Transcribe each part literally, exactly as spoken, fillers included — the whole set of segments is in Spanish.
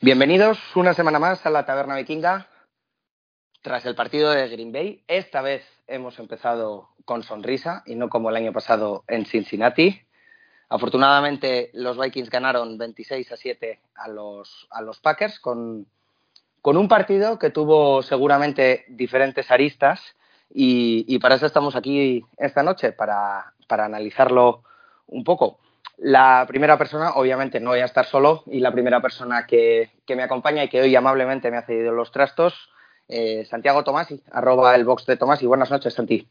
Bienvenidos una semana más a la Taberna Vikinga. Tras el partido de Green Bay, esta vez hemos empezado con sonrisa y no como el año pasado en Cincinnati. Afortunadamente los Vikings ganaron veintiséis a siete a los, a los Packers con, con un partido que tuvo seguramente diferentes aristas y, y para eso estamos aquí esta noche, para, para analizarlo un poco. La primera persona, obviamente no voy a estar solo, y la primera persona que, que me acompaña y que hoy amablemente me ha cedido los trastos, eh, Santiago Tomasi, arroba el box de Tomasi. Buenas noches, Santi.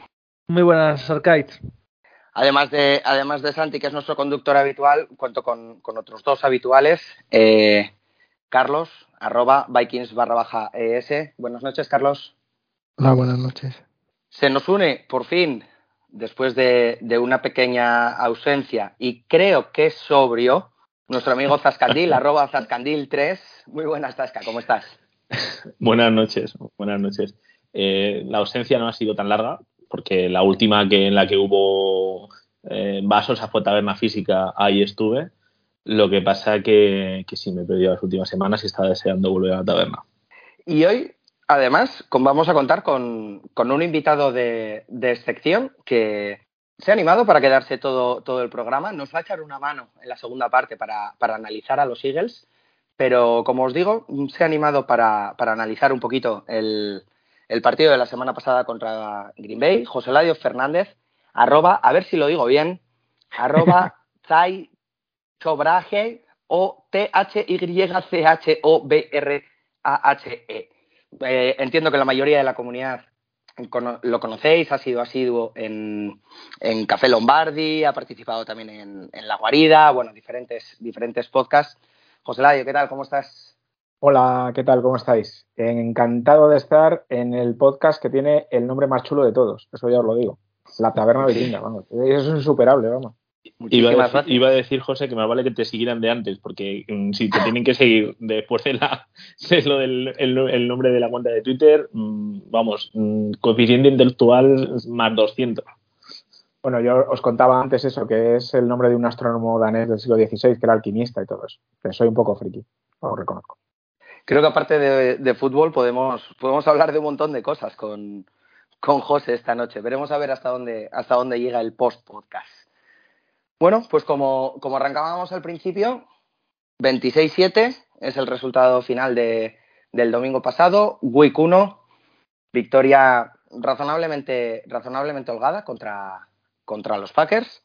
Muy buenas, Arcade. Además de, además de Santi, que es nuestro conductor habitual, cuento con, con otros dos habituales. Eh, Carlos, arroba Vikings barra baja ES. Buenas noches, Carlos. Hola, buenas noches. Se nos une, por fin, después de, de una pequeña ausencia, y creo que es sobrio, nuestro amigo Zascandil, arroba Zascandil tres. Muy buenas, Zasca, ¿cómo estás? Buenas noches, buenas noches. Eh, la ausencia no ha sido tan larga, porque la última que en la que hubo eh, vasos a fue Taberna Física, ahí estuve. Lo que pasa que, que sí me he perdido las últimas semanas y estaba deseando volver a la taberna. Y hoy, además, vamos a contar con, con un invitado de, de excepción que se ha animado para quedarse todo, todo el programa. Nos va a echar una mano en la segunda parte para, para analizar a los Eagles, pero como os digo, se ha animado para, para analizar un poquito el, el partido de la semana pasada contra Green Bay. José Ladio Fernández, arroba, a ver si lo digo bien, arroba Zay Chobraje o T H Y C H O B R A H E. Eh, entiendo que la mayoría de la comunidad lo conocéis, ha sido asiduo en, en Café Lombardi, ha participado también en, en La Guarida, bueno, diferentes, diferentes podcasts. José Ladio, ¿qué tal? ¿Cómo estás? Hola, ¿qué tal? ¿Cómo estáis? Encantado de estar en el podcast que tiene el nombre más chulo de todos, eso ya os lo digo. La Taberna Vikinga, vamos. Eso es insuperable, vamos. Iba a, decir, iba a decir, José, que más vale que te siguieran de antes, porque um, si te tienen que seguir después de, la, de lo del el, el nombre de la cuenta de Twitter, um, vamos, um, coeficiente intelectual más doscientos. Bueno, yo os contaba antes eso, que es el nombre de un astrónomo danés del siglo dieciséis, que era alquimista y todo eso. Que soy un poco friki, os reconozco. Creo que aparte de, de fútbol podemos, podemos hablar de un montón de cosas con, con José esta noche. Veremos a ver hasta dónde, hasta dónde llega el post-podcast. Bueno, pues como, como arrancábamos al principio, veintiséis siete es el resultado final de, del domingo pasado. Week uno, victoria razonablemente, razonablemente holgada contra, contra los Packers.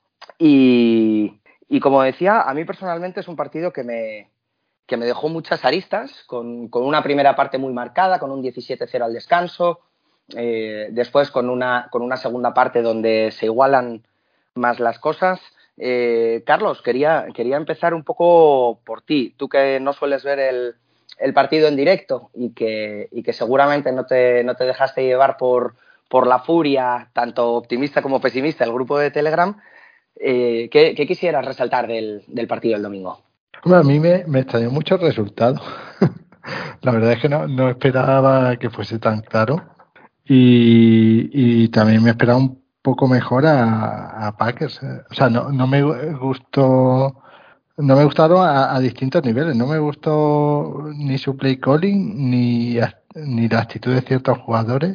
Y, y como decía, a mí personalmente es un partido que me, que me dejó muchas aristas, con, con una primera parte muy marcada, con un diecisiete cero al descanso, eh, después con una, con una segunda parte donde se igualan más las cosas. Eh, Carlos, quería, quería empezar un poco por ti. Tú que no sueles ver el, el partido en directo y que, y que seguramente no te, no te dejaste llevar por, por la furia, tanto optimista como pesimista, del grupo de Telegram, eh, ¿qué, ¿qué quisieras resaltar del, del partido del domingo? Bueno, a mí me, me extrañó mucho el resultado. La verdad es que no, no esperaba que fuese tan claro y, y también me esperaba un poco mejor a, a Packers. O sea, no, no me gustó, no me gustaron a, a distintos niveles. No me gustó ni su play calling ni, ni la actitud de ciertos jugadores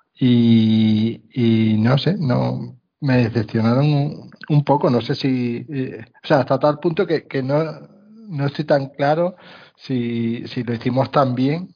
y, y no sé, no me decepcionaron un, un poco. No sé si, eh, o sea, hasta tal punto que, que no, no estoy tan claro si, si lo hicimos tan bien.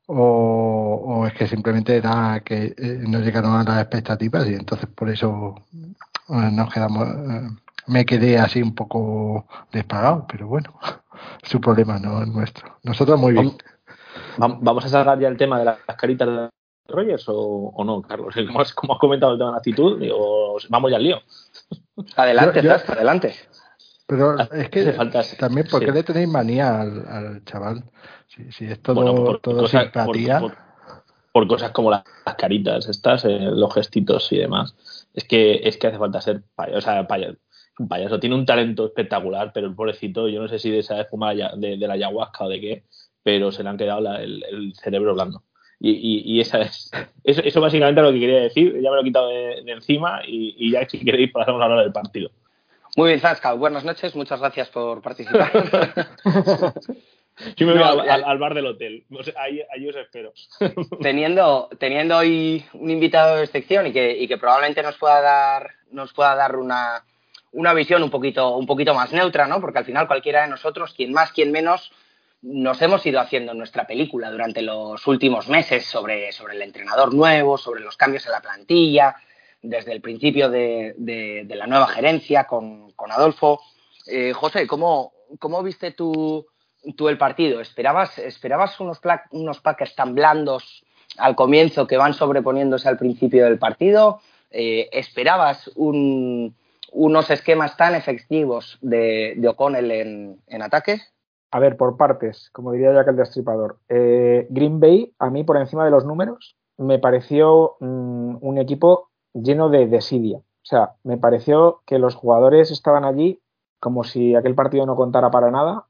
O, o es que simplemente era que eh, no llegaron a las expectativas y entonces por eso eh, nos quedamos, eh, me quedé así un poco despagado, pero bueno, su problema, no es nuestro. Nosotros muy bien. ¿Vamos a sacar ya el tema de las caritas de Rogers o, o no, Carlos? Como has, como has comentado el tema de la actitud, digo, vamos ya al lío. Adelante, yo, yo, Zasca, adelante. Pero es que falta, también, ¿por qué sí. le tenéis manía al, al chaval? Si, si es todo, bueno, por, todo por cosas, simpatía. Por, por, por cosas como las, las caritas estas, eh, los gestitos y demás. Es que es que hace falta ser payaso. O sea, payaso, un payaso. Tiene un talento espectacular, pero el pobrecito, yo no sé si de esa espuma de, de la ayahuasca o de qué, pero se le han quedado la, el, el cerebro blando. Y, y, y esa es, eso, eso básicamente es lo que quería decir. Ya me lo he quitado de, de encima y, y ya si queréis pasamos a hablar del partido. Muy bien, Zasca. Buenas noches. Muchas gracias por participar. Yo me voy No, al, al, al bar del hotel. O sea, ahí, ahí os espero. Teniendo, teniendo hoy un invitado de excepción y que, y que probablemente nos pueda dar, nos pueda dar una, una visión un poquito, un poquito más neutra, ¿no? Porque al final cualquiera de nosotros, quien más, quien menos, nos hemos ido haciendo nuestra película durante los últimos meses sobre, sobre el entrenador nuevo, sobre los cambios en la plantilla, desde el principio de, de, de la nueva gerencia con, con Adolfo. Eh, José, ¿cómo, cómo viste tú, tú el partido? ¿Esperabas, esperabas unos, unos Packers tan blandos al comienzo que van sobreponiéndose al principio del partido? Eh, ¿Esperabas un, unos esquemas tan efectivos de, de O'Connell en, en ataque? A ver, por partes, como diría Jack el Destripador. Eh, Green Bay, a mí, por encima de los números, me pareció mmm, un equipo lleno de desidia. O sea, me pareció que los jugadores estaban allí como si aquel partido no contara para nada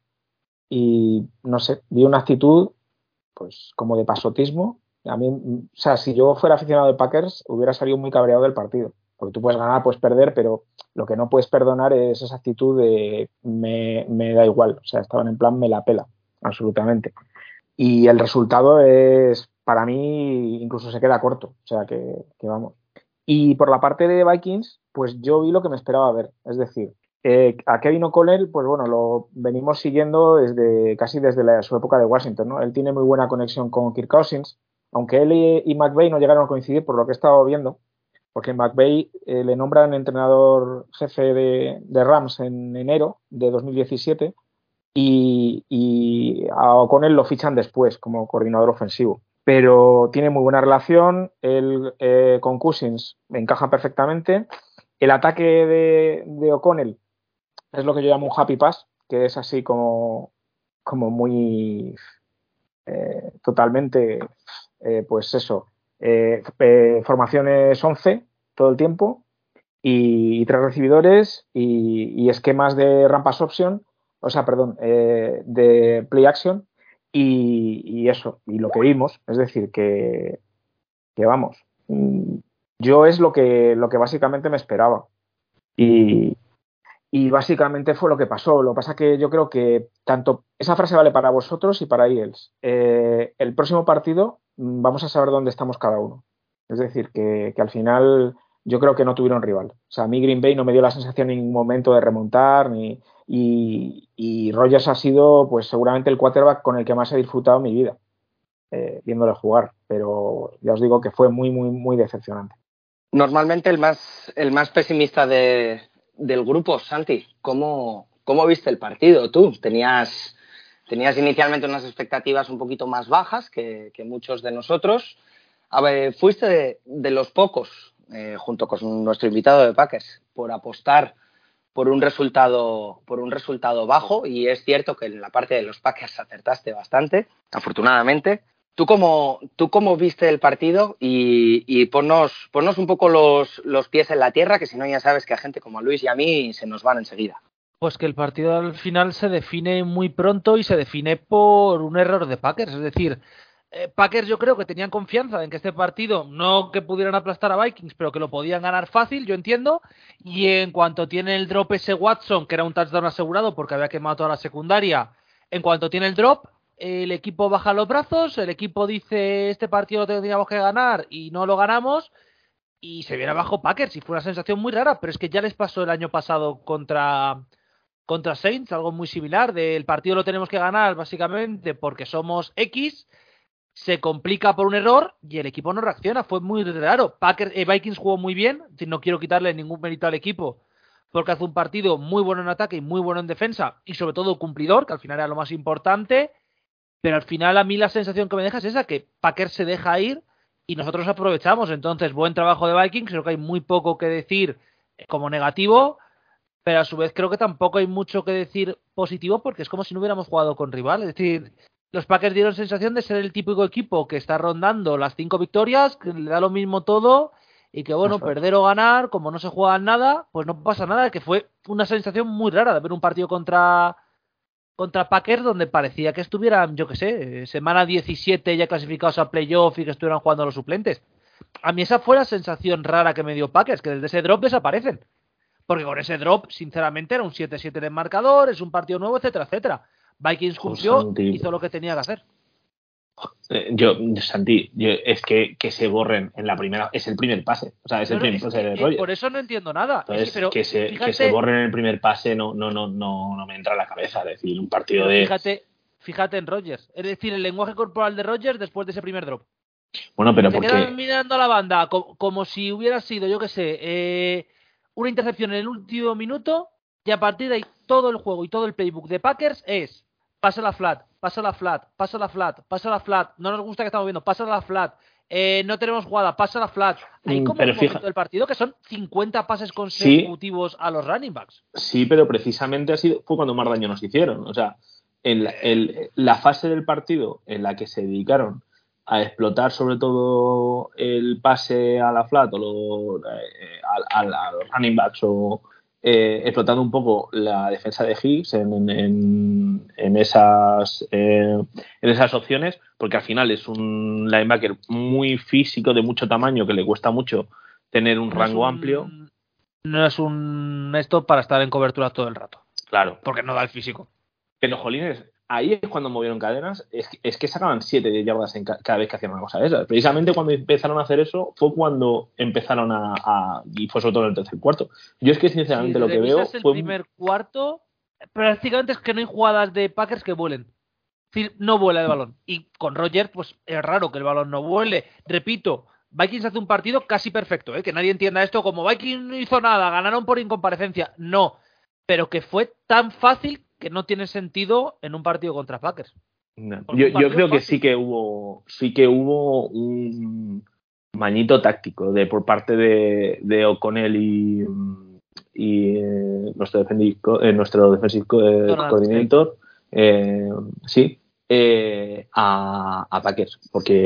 y, no sé, vi una actitud pues como de pasotismo. A mí, o sea, si yo fuera aficionado de Packers, hubiera salido muy cabreado del partido. Porque tú puedes ganar, puedes perder, pero lo que no puedes perdonar es esa actitud de me, me da igual. O sea, estaban en plan me la pela, absolutamente. Y el resultado es, para mí, incluso se queda corto. O sea, que, que vamos. Y por la parte de Vikings, pues yo vi lo que me esperaba ver. Es decir, eh, a Kevin O'Connell, pues bueno, lo venimos siguiendo desde casi desde la, su época de Washington, ¿no? Él tiene muy buena conexión con Kirk Cousins, aunque él y, y McVay no llegaron a coincidir por lo que he estado viendo, porque McVay eh, le nombran entrenador jefe de, de Rams en enero de dos mil diecisiete y, y a O'Connell lo fichan después como coordinador ofensivo. Pero tiene muy buena relación, él eh, con Cousins encaja perfectamente. El ataque de, de O'Connell es lo que yo llamo un happy pass, que es así como, como muy eh, totalmente, eh, pues eso, eh, eh, formaciones once todo el tiempo y, y tres recibidores y, y esquemas de ramp pass option, o sea, perdón, eh, de play action y, y eso, y lo que vimos, es decir, que, que vamos, yo es lo que, lo que básicamente me esperaba y, y básicamente fue lo que pasó. Lo que pasa que yo creo que tanto esa frase vale para vosotros y para Eagles. Eh, el próximo partido vamos a saber dónde estamos cada uno. Es decir, que, que al final yo creo que no tuvieron rival. O sea, a mí Green Bay no me dio la sensación en ningún momento de remontar ni, y, y Rodgers ha sido pues seguramente el quarterback con el que más he disfrutado en mi vida eh, viéndole jugar. Pero ya os digo que fue muy, muy, muy decepcionante. Normalmente el más, el más pesimista de, del grupo, Santi, ¿cómo, cómo viste el partido tú? Tenías, tenías inicialmente unas expectativas un poquito más bajas que, que muchos de nosotros. A ver, fuiste de, de los pocos, eh, junto con nuestro invitado de Packers, por apostar por un resultado, por un resultado bajo, y es cierto que en la parte de los Packers acertaste bastante, afortunadamente. ¿Tú cómo, ¿Tú cómo viste el partido? Y, y ponnos, ponnos un poco los, los pies en la tierra, que si no ya sabes que a gente como a Luis y a mí se nos van enseguida. Pues que el partido al final se define muy pronto y se define por un error de Packers. Es decir, eh, Packers yo creo que tenían confianza en que este partido, no que pudieran aplastar a Vikings, pero que lo podían ganar fácil, yo entiendo. Y en cuanto tiene el drop ese Watson, que era un touchdown asegurado porque había quemado toda la secundaria, en cuanto tiene el drop, el equipo baja los brazos, el equipo dice este partido lo tendríamos que ganar y no lo ganamos y se viene abajo Packers y fue una sensación muy rara, pero es que ya les pasó el año pasado contra, contra Saints, algo muy similar, del partido lo tenemos que ganar básicamente porque somos X, se complica por un error y el equipo no reacciona, fue muy raro. Packers, eh, Vikings jugó muy bien, no quiero quitarle ningún mérito al equipo porque hace un partido muy bueno en ataque y muy bueno en defensa y sobre todo cumplidor, que al final era lo más importante. Pero al final a mí la sensación que me deja es esa, que Packers se deja ir y nosotros aprovechamos. Entonces, buen trabajo de Vikings, creo que hay muy poco que decir como negativo, pero a su vez creo que tampoco hay mucho que decir positivo porque es como si no hubiéramos jugado con rival. Es decir, los Packers dieron sensación de ser el típico equipo que está rondando las cinco victorias, que le da lo mismo todo y que bueno, perder o ganar, como no se juega nada, pues no pasa nada, que fue una sensación muy rara de ver un partido contra... contra Packers donde parecía que estuvieran, yo que sé, semana diecisiete ya clasificados a playoff y que estuvieran jugando los suplentes. A mí esa fue la sensación rara que me dio Packers, que desde ese drop desaparecen. Porque con ese drop, sinceramente, era un siete siete de marcador, es un partido nuevo, etcétera, etcétera. Vikings cumplió, Santi. hizo lo que tenía que hacer. Eh, Yo, Santi, yo, es que, que se borren en la primera, es el primer pase, o sea, es el No, no, primer es pase que, de eh, Rodgers. por eso no entiendo nada. Entonces, Es que, pero que, se, fíjate, que se borren en el primer pase no, no, no, no, no me entra a la cabeza. Es decir, un partido pero de. fíjate, fíjate en Rodgers. Es decir, el lenguaje corporal de Rodgers después de ese primer drop. Bueno, pero Se porque. quedan mirando a la banda como, como si hubiera sido, yo qué sé, eh, una intercepción en el último minuto, y a partir de ahí todo el juego y todo el playbook de Packers es pasa la flat, pasa la flat, pasa la flat, pasa la flat, no nos gusta que estamos viendo, pasa la flat, eh, no tenemos jugada, pasa la flat. Hay como pero un fija... momento del partido que son cincuenta pases consecutivos sí, a los running backs. Sí, pero precisamente ha sido, fue cuando más daño nos hicieron. O sea, en el, la fase del partido en la que se dedicaron a explotar sobre todo el pase a la flat o lo, eh, a, a, a los running backs o eh, explotando un poco la defensa de Higgs en, en, en, esas, eh, en esas opciones, porque al final es un linebacker muy físico, de mucho tamaño, que le cuesta mucho tener un no rango un, amplio. No es un esto para estar en cobertura todo el rato. Claro. Porque no da el físico. Pero, jolines, ahí es cuando movieron cadenas, es, es que sacaban siete yardas en ca- cada vez que hacían una cosa de esas. Precisamente cuando empezaron a hacer eso fue cuando empezaron a, a y fue sobre todo en el tercer cuarto. Yo es que sinceramente si lo que veo el fue primer cuarto, prácticamente es que no hay jugadas de Packers que vuelen. Es decir, no vuela el balón. Y con Rodgers, pues es raro que el balón no vuele. Repito, Vikings hace un partido casi perfecto, ¿eh? Que nadie entienda esto como Vikings no hizo nada, ganaron por incomparecencia. No, pero que fue tan fácil que no tiene sentido en un partido contra Packers. No. Yo, yo creo fácil. que sí que hubo sí que hubo un mañito táctico de por parte de, de O'Connell y, y eh, nuestro defensivo eh, nuestro defensive eh, coordinator eh, sí eh, a, a Packers,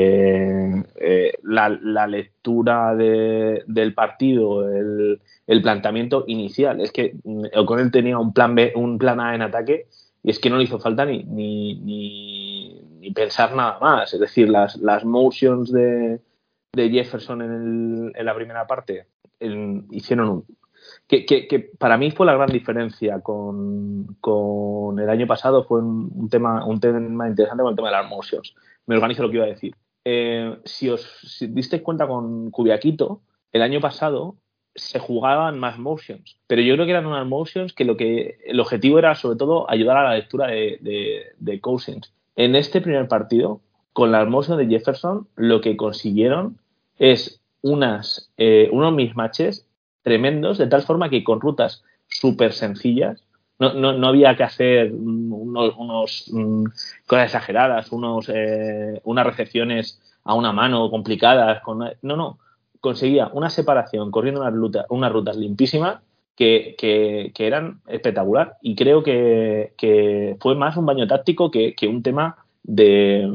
porque eh, la, la lectura de, del partido, el, el planteamiento inicial es que O'Connell tenía un plan B, un plan A en ataque, y es que no le hizo falta ni, ni, ni, ni pensar nada más. Es decir, las, las motions de, de Jefferson en, el, en la primera parte el, hicieron un... Que, que, que para mí fue la gran diferencia con, con el año pasado. Fue un, un, tema, un tema interesante con el tema de las motions. Me organizo lo que iba a decir. Eh, si os si disteis cuenta con Cubiaquito, el año pasado se jugaban más motions, pero yo creo que eran unas motions que lo que el objetivo era sobre todo ayudar a la lectura de, de, de Cousins. En este primer partido, con las motions de Jefferson, lo que consiguieron es unas eh, unos mismatches tremendos, de tal forma que con rutas súper sencillas no, no, no había que hacer unos, unos um, cosas exageradas, unos eh, unas recepciones a una mano complicadas, con una, no, no conseguía una separación corriendo unas rutas, unas rutas limpísimas que, que, que eran espectacular, y creo que, que fue más un baño táctico que, que un tema de,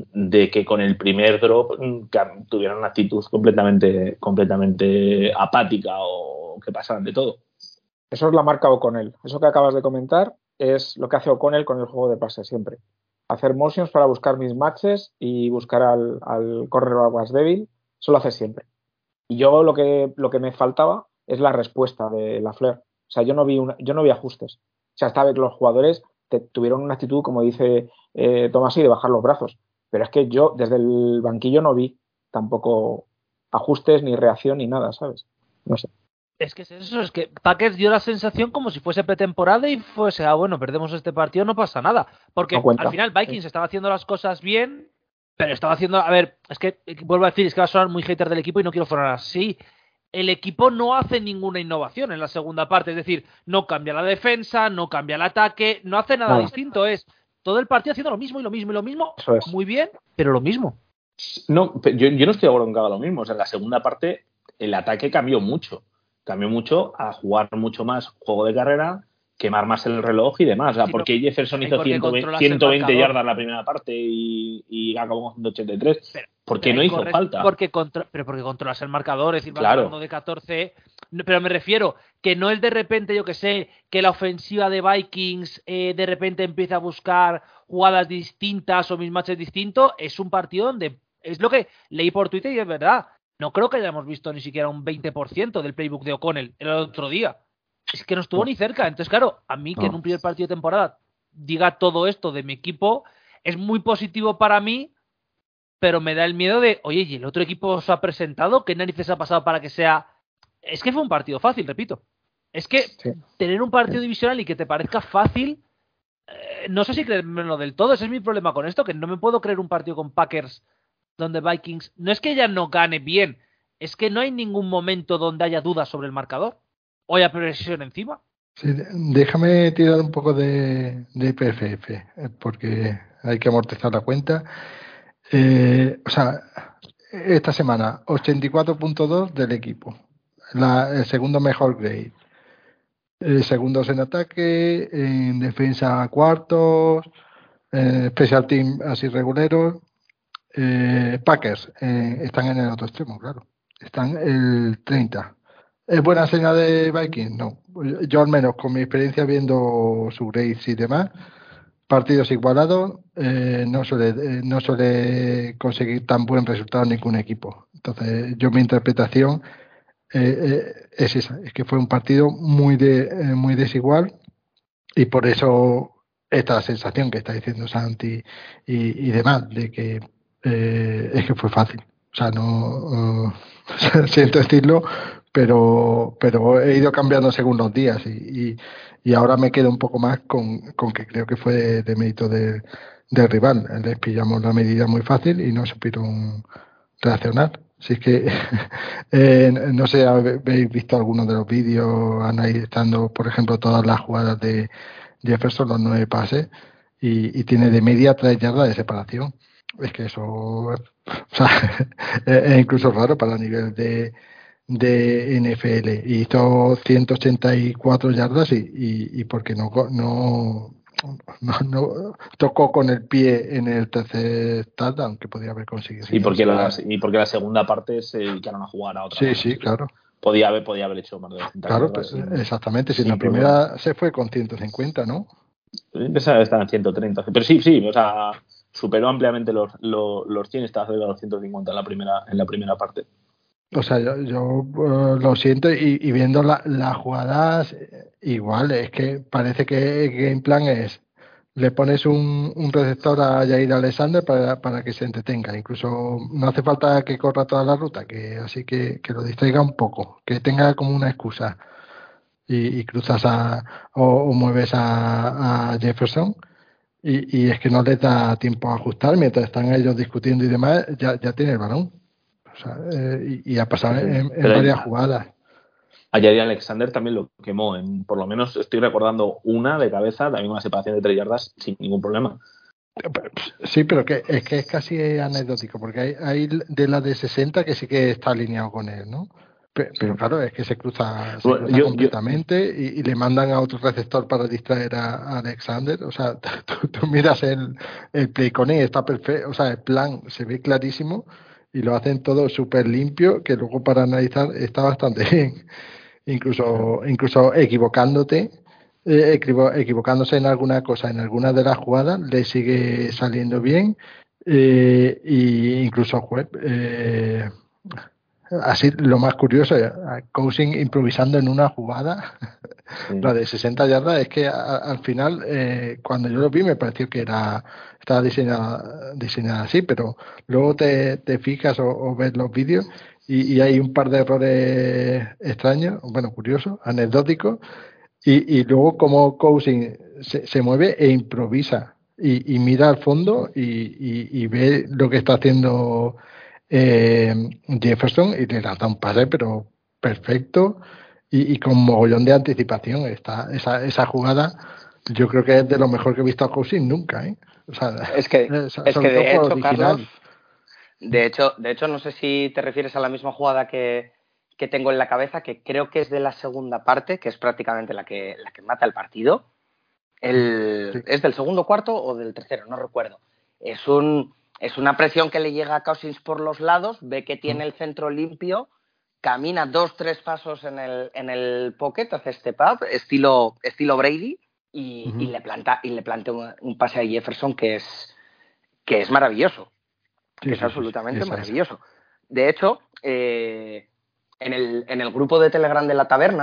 de que con el primer drop tuvieran una actitud completamente, completamente apática o que pasaran de todo. Eso es la marca O'Connell. Eso que acabas de comentar es lo que hace O'Connell con el juego de pase siempre. Hacer motions para buscar mismatches y buscar al, al corredor más débil. Eso lo hace siempre. Y yo lo que, lo que me faltaba es la respuesta de Lafleur. O sea, yo no vi una, yo no vi ajustes. O sea, esta vez los jugadores te, tuvieron una actitud, como dice eh, Tomasi, de bajar los brazos. Pero es que yo desde el banquillo no vi tampoco ajustes, ni reacción, ni nada, ¿sabes? No sé. Es que es eso, es que Packers dio la sensación como si fuese pretemporada y fuese, ah, bueno, perdemos este partido, no pasa nada. Porque no al final Vikings sí. estaba haciendo las cosas bien, pero estaba haciendo, a ver, es que vuelvo a decir, es que va a sonar muy hater del equipo y no quiero sonar así. El equipo no hace ninguna innovación en la segunda parte, es decir, no cambia la defensa, no cambia el ataque, no hace nada no. distinto, es todo el partido haciendo lo mismo y lo mismo y lo mismo, Eso es. muy bien, pero lo mismo. No, yo, yo no estoy de acuerdo en que haga lo mismo, o sea, en la segunda parte el ataque cambió mucho, cambió mucho a jugar mucho más juego de carrera, quemar más el reloj y demás. O sea, sí, porque Jefferson hizo ciento veinte, ciento veinte yardas la primera parte y, y acabó con ciento ochenta y tres. Pero, ¿por qué no hizo correcto, falta? Porque contro- pero porque controlas el marcador, es decir, vas claro. hablando de catorce. Pero me refiero que no es de repente, yo que sé, que la ofensiva de Vikings eh, de repente empieza a buscar jugadas distintas o mismatches distintos. Es un partido donde es lo que leí por Twitter y es verdad. No creo que hayamos visto ni siquiera un veinte por ciento del playbook de O'Connell el otro día. Es que no estuvo no. ni cerca. Entonces, claro, a mí que no. en un primer partido de temporada diga todo esto de mi equipo es muy positivo para mí, pero me da el miedo de, oye, ¿y el otro equipo os ha presentado? ¿Qué narices ha pasado para que sea...? Es que fue un partido fácil, repito. Es que Sí. tener un partido divisional y que te parezca fácil, eh, no sé si creérmelo del todo. Ese es mi problema con esto, que no me puedo creer un partido con Packers donde Vikings... No es que ya no gane bien, es que no hay ningún momento donde haya dudas sobre el marcador o haya presión encima. Sí, déjame tirar un poco de, de P F F, eh, porque hay que amortizar la cuenta. Eh, o sea, esta semana, ochenta y cuatro punto dos del equipo. La, el segundo mejor grade. Eh, segundos en ataque, en defensa cuartos, eh, special team así reguleros. Eh, Packers eh, están en el otro extremo, claro. Están el treinta. ¿Es buena señal de Vikings? No. Yo al menos con mi experiencia viendo su grades y demás, partidos igualados, eh, no suele eh, no suele conseguir tan buen resultado ningún equipo. Entonces, yo mi interpretación eh, eh, es esa, es que fue un partido muy de, eh, muy desigual y por eso esta sensación que está diciendo Santi y, y demás, de que eh, es que fue fácil. O sea, no uh, siento decirlo, pero pero he ido cambiando según los días y, y, y ahora me quedo un poco más con, con que creo que fue de, de mérito de, del rival. Les pillamos la medida muy fácil y no supieron reaccionar. Si es que eh, no sé, habéis visto algunos de los vídeos analizando, por ejemplo, todas las jugadas de Jefferson, los nueve pases, y, y tiene de media tres yardas de separación. Es que eso o sea, es incluso raro para el nivel de, de N F L. Y hizo ciento ochenta y cuatro yardas y, y, y porque no, no, no, no tocó con el pie en el tercer touchdown, que podía haber conseguido. Sí, porque la, y porque la segunda parte se dedicaron a jugar a otra. Sí, mano, sí, claro. Podía haber, podía haber hecho más de doscientas Claro, yardas sin, exactamente. Si sin en la problema. primera se fue con ciento cincuenta, ¿no? Esa está en ciento treinta. Pero sí, sí, o sea, superó ampliamente los, los, los cien, estaba cerca de los ciento cincuenta en la primera, en la primera parte. O sea, yo, yo uh, lo siento y, y viendo la, las jugadas, igual, es que parece que el game plan es, le pones un, un receptor a Jair Alexander para, para que se entretenga. Incluso no hace falta que corra toda la ruta, que así que, que lo distraiga un poco, que tenga como una excusa. Y, y cruzas a, o, o mueves a, a Jefferson y, y es que no les da tiempo a ajustar mientras están ellos discutiendo y demás, ya, ya tiene el balón. O sea, eh, y, y ha pasado en, en varias a, jugadas. A Jair Alexander también lo quemó. En, por lo menos estoy recordando una de cabeza, también una separación de tres yardas sin ningún problema. Sí, pero que es que es casi anecdótico, porque hay, hay de la de sesenta que sí que está alineado con él, ¿no? Pero, pero claro, es que se cruza, se Bueno, cruza yo, completamente yo... Y, y le mandan a otro receptor para distraer a, a Alexander. O sea, tú, tú miras el, el play con él, está perfecto, o sea, el plan se ve clarísimo y lo hacen todo súper limpio, que luego para analizar está bastante bien. Incluso, incluso equivocándote, eh, equivo, equivocándose en alguna cosa, en alguna de las jugadas, le sigue saliendo bien. Eh, y incluso pues, eh, así lo más curioso, Cousins improvisando en una jugada, sí. La de sesenta yardas, es que a, al final, eh, cuando yo lo vi, me pareció que era estaba diseñada, diseñada así, pero luego te, te fijas o, o ves los vídeos y, y hay un par de errores extraños, bueno, curiosos, anecdóticos, y, y luego como Cousins se, se mueve e improvisa y, y mira al fondo y, y, y ve lo que está haciendo eh, Jefferson y le lanza un pase, pero perfecto y, y con mogollón de anticipación. Está, esa, esa jugada yo creo que es de lo mejor que he visto a Cousins nunca, ¿eh? O sea, es que, es, es que de hecho, original. Carlos, de hecho, de hecho, no sé si te refieres a la misma jugada que, que tengo en la cabeza, que creo que es de la segunda parte, que es prácticamente la que, la que mata el partido. El, sí. ¿Es del segundo cuarto o del tercero? No recuerdo. Es un es una presión que le llega a Cousins por los lados, ve que tiene el centro limpio, camina dos, tres pasos en el, en el pocket, hace step up, estilo, estilo Brady, y, uh-huh. y le planta, y le plantea un, un pase a Jefferson que es, que es maravilloso. Sí, que es sí, absolutamente sí, maravilloso. De hecho, eh, en, el, en el grupo de Telegram de la taberna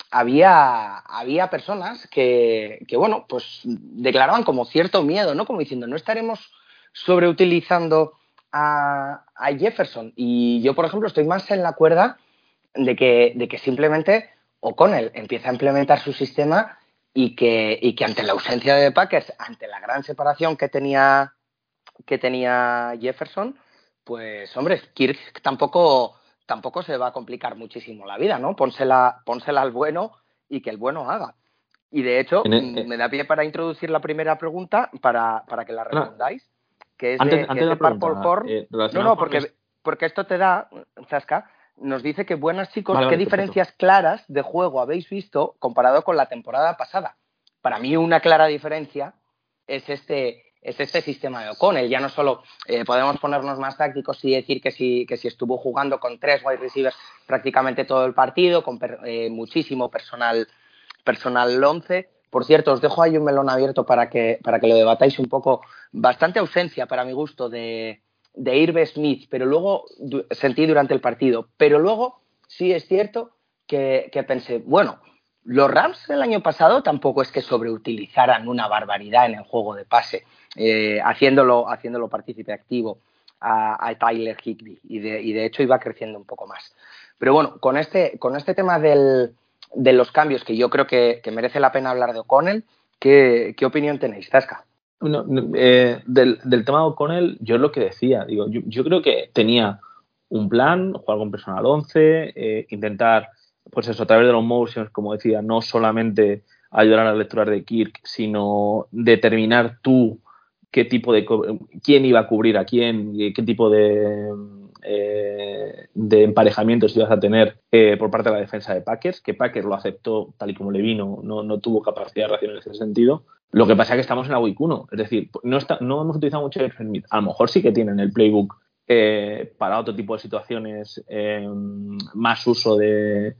había, había personas que, que, bueno, pues declaraban como cierto miedo, ¿no? Como diciendo, no estaremos sobreutilizando a, a Jefferson. Y yo, por ejemplo, estoy más en la cuerda de que, de que simplemente O'Connell empieza a implementar su sistema y que, y que ante la ausencia de Packers, ante la gran separación que tenía, que tenía Jefferson, pues, hombre, Kirk tampoco, tampoco se va a complicar muchísimo la vida, ¿no? Pónsela, pónsela al bueno y que el bueno haga. Y, de hecho, En el, eh, me da pie para introducir la primera pregunta para, para que la respondáis, que es antes, de, que antes es de de la pregunta, Purple Horn. eh, No, no, porque, mis... porque esto te da, Zasca, nos dice que, buenas chicos, vale, vale, ¿qué diferencias perfecto. claras de juego habéis visto comparado con la temporada pasada? Para mí una clara diferencia es este, es este sistema de O'Connell. Ya no solo eh, podemos ponernos más tácticos y decir que si, que si estuvo jugando con tres wide receivers prácticamente todo el partido, con per, eh, muchísimo personal, personal once. Por cierto, os dejo ahí un melón abierto para que, para que lo debatáis un poco. Bastante ausencia, para mi gusto, de, de Irv Smith, pero luego du- sentí durante el partido. Pero luego sí es cierto que, que pensé, bueno, los Rams el año pasado tampoco es que sobreutilizaran una barbaridad en el juego de pase, eh, haciéndolo, haciéndolo partícipe activo a, a Tyler Higbee, y de, y de hecho iba creciendo un poco más. Pero bueno, con este, con este tema del, de los cambios, que yo creo que, que merece la pena hablar de O'Connell, ¿qué, qué opinión tenéis, Zasca? No, no, eh, del, del tema de O'Connell, yo es lo que decía, digo, yo, yo creo que tenía un plan, jugar con personal once, eh, intentar, pues eso, a través de los motions, como decía, no solamente ayudar a las lecturas de Kirk, sino determinar tú qué tipo de, quién iba a cubrir a quién, y qué tipo de, eh, de emparejamientos ibas a tener eh, por parte de la defensa de Packers, que Packers lo aceptó tal y como le vino, no, no tuvo capacidad de reacción en ese sentido. Lo que pasa es que estamos en la week uno, es decir, no, está, no hemos utilizado mucho el Smith. A lo mejor sí que tienen el playbook eh, para otro tipo de situaciones, eh, más uso de,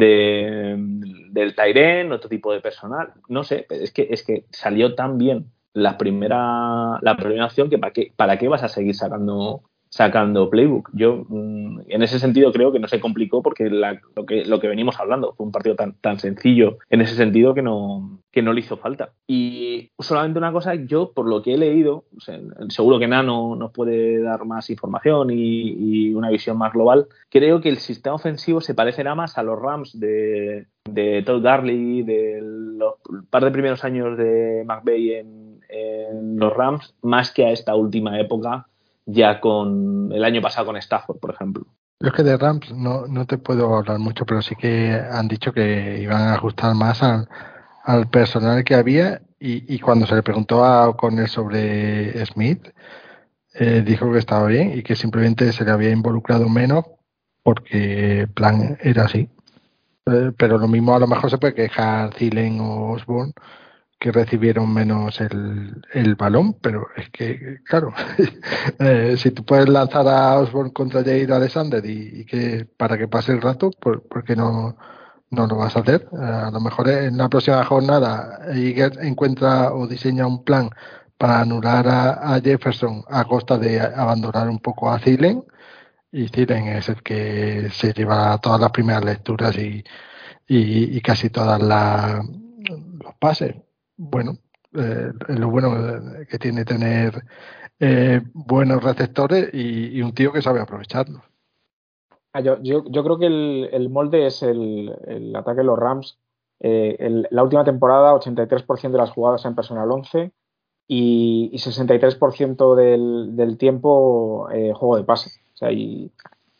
de del Tyren, otro tipo de personal. No sé, es que, es que salió tan bien la primera, la primera opción que para qué, para qué vas a seguir sacando sacando playbook. Yo mmm, en ese sentido creo que no se complicó porque la, lo que lo que venimos hablando fue un partido tan, tan sencillo en ese sentido que no, que no le hizo falta. Y solamente una cosa, yo por lo que he leído, o sea, seguro que Nano nos puede dar más información y, y una visión más global, creo que el sistema ofensivo se parecerá más a los Rams de, de Todd Gurley, de los par de primeros años de McVay en, en los Rams, más que a esta última época ya con el año pasado con Stafford, por ejemplo. Yo es que de Rams no, no te puedo hablar mucho, pero sí que han dicho que iban a ajustar más al, al personal que había, y, y cuando se le preguntó a O'Connell sobre Smith, eh, dijo que estaba bien y que simplemente se le había involucrado menos porque el plan era así. Eh, pero lo mismo a lo mejor se puede quejar Thielen o Osborne, que recibieron menos el, el balón, pero es que, claro, eh, si tú puedes lanzar a Osborne contra Jair Alexander y, y que para que pase el rato, ¿por, por qué no, no lo vas a hacer? A lo mejor en la próxima jornada Iger encuentra o diseña un plan para anular a, a Jefferson a costa de abandonar un poco a Thielen, y Thielen es el que se lleva todas las primeras lecturas y, y, y casi todas las los pases. Bueno, eh, lo bueno que tiene tener eh, buenos receptores y, y un tío que sabe aprovecharlos. Ah, yo, yo, yo creo que el, el molde es el, el ataque de los Rams. Eh, el, la última temporada, ochenta y tres por ciento de las jugadas en personal once y, y sesenta y tres por ciento del, del tiempo eh, juego de pase. O sea, y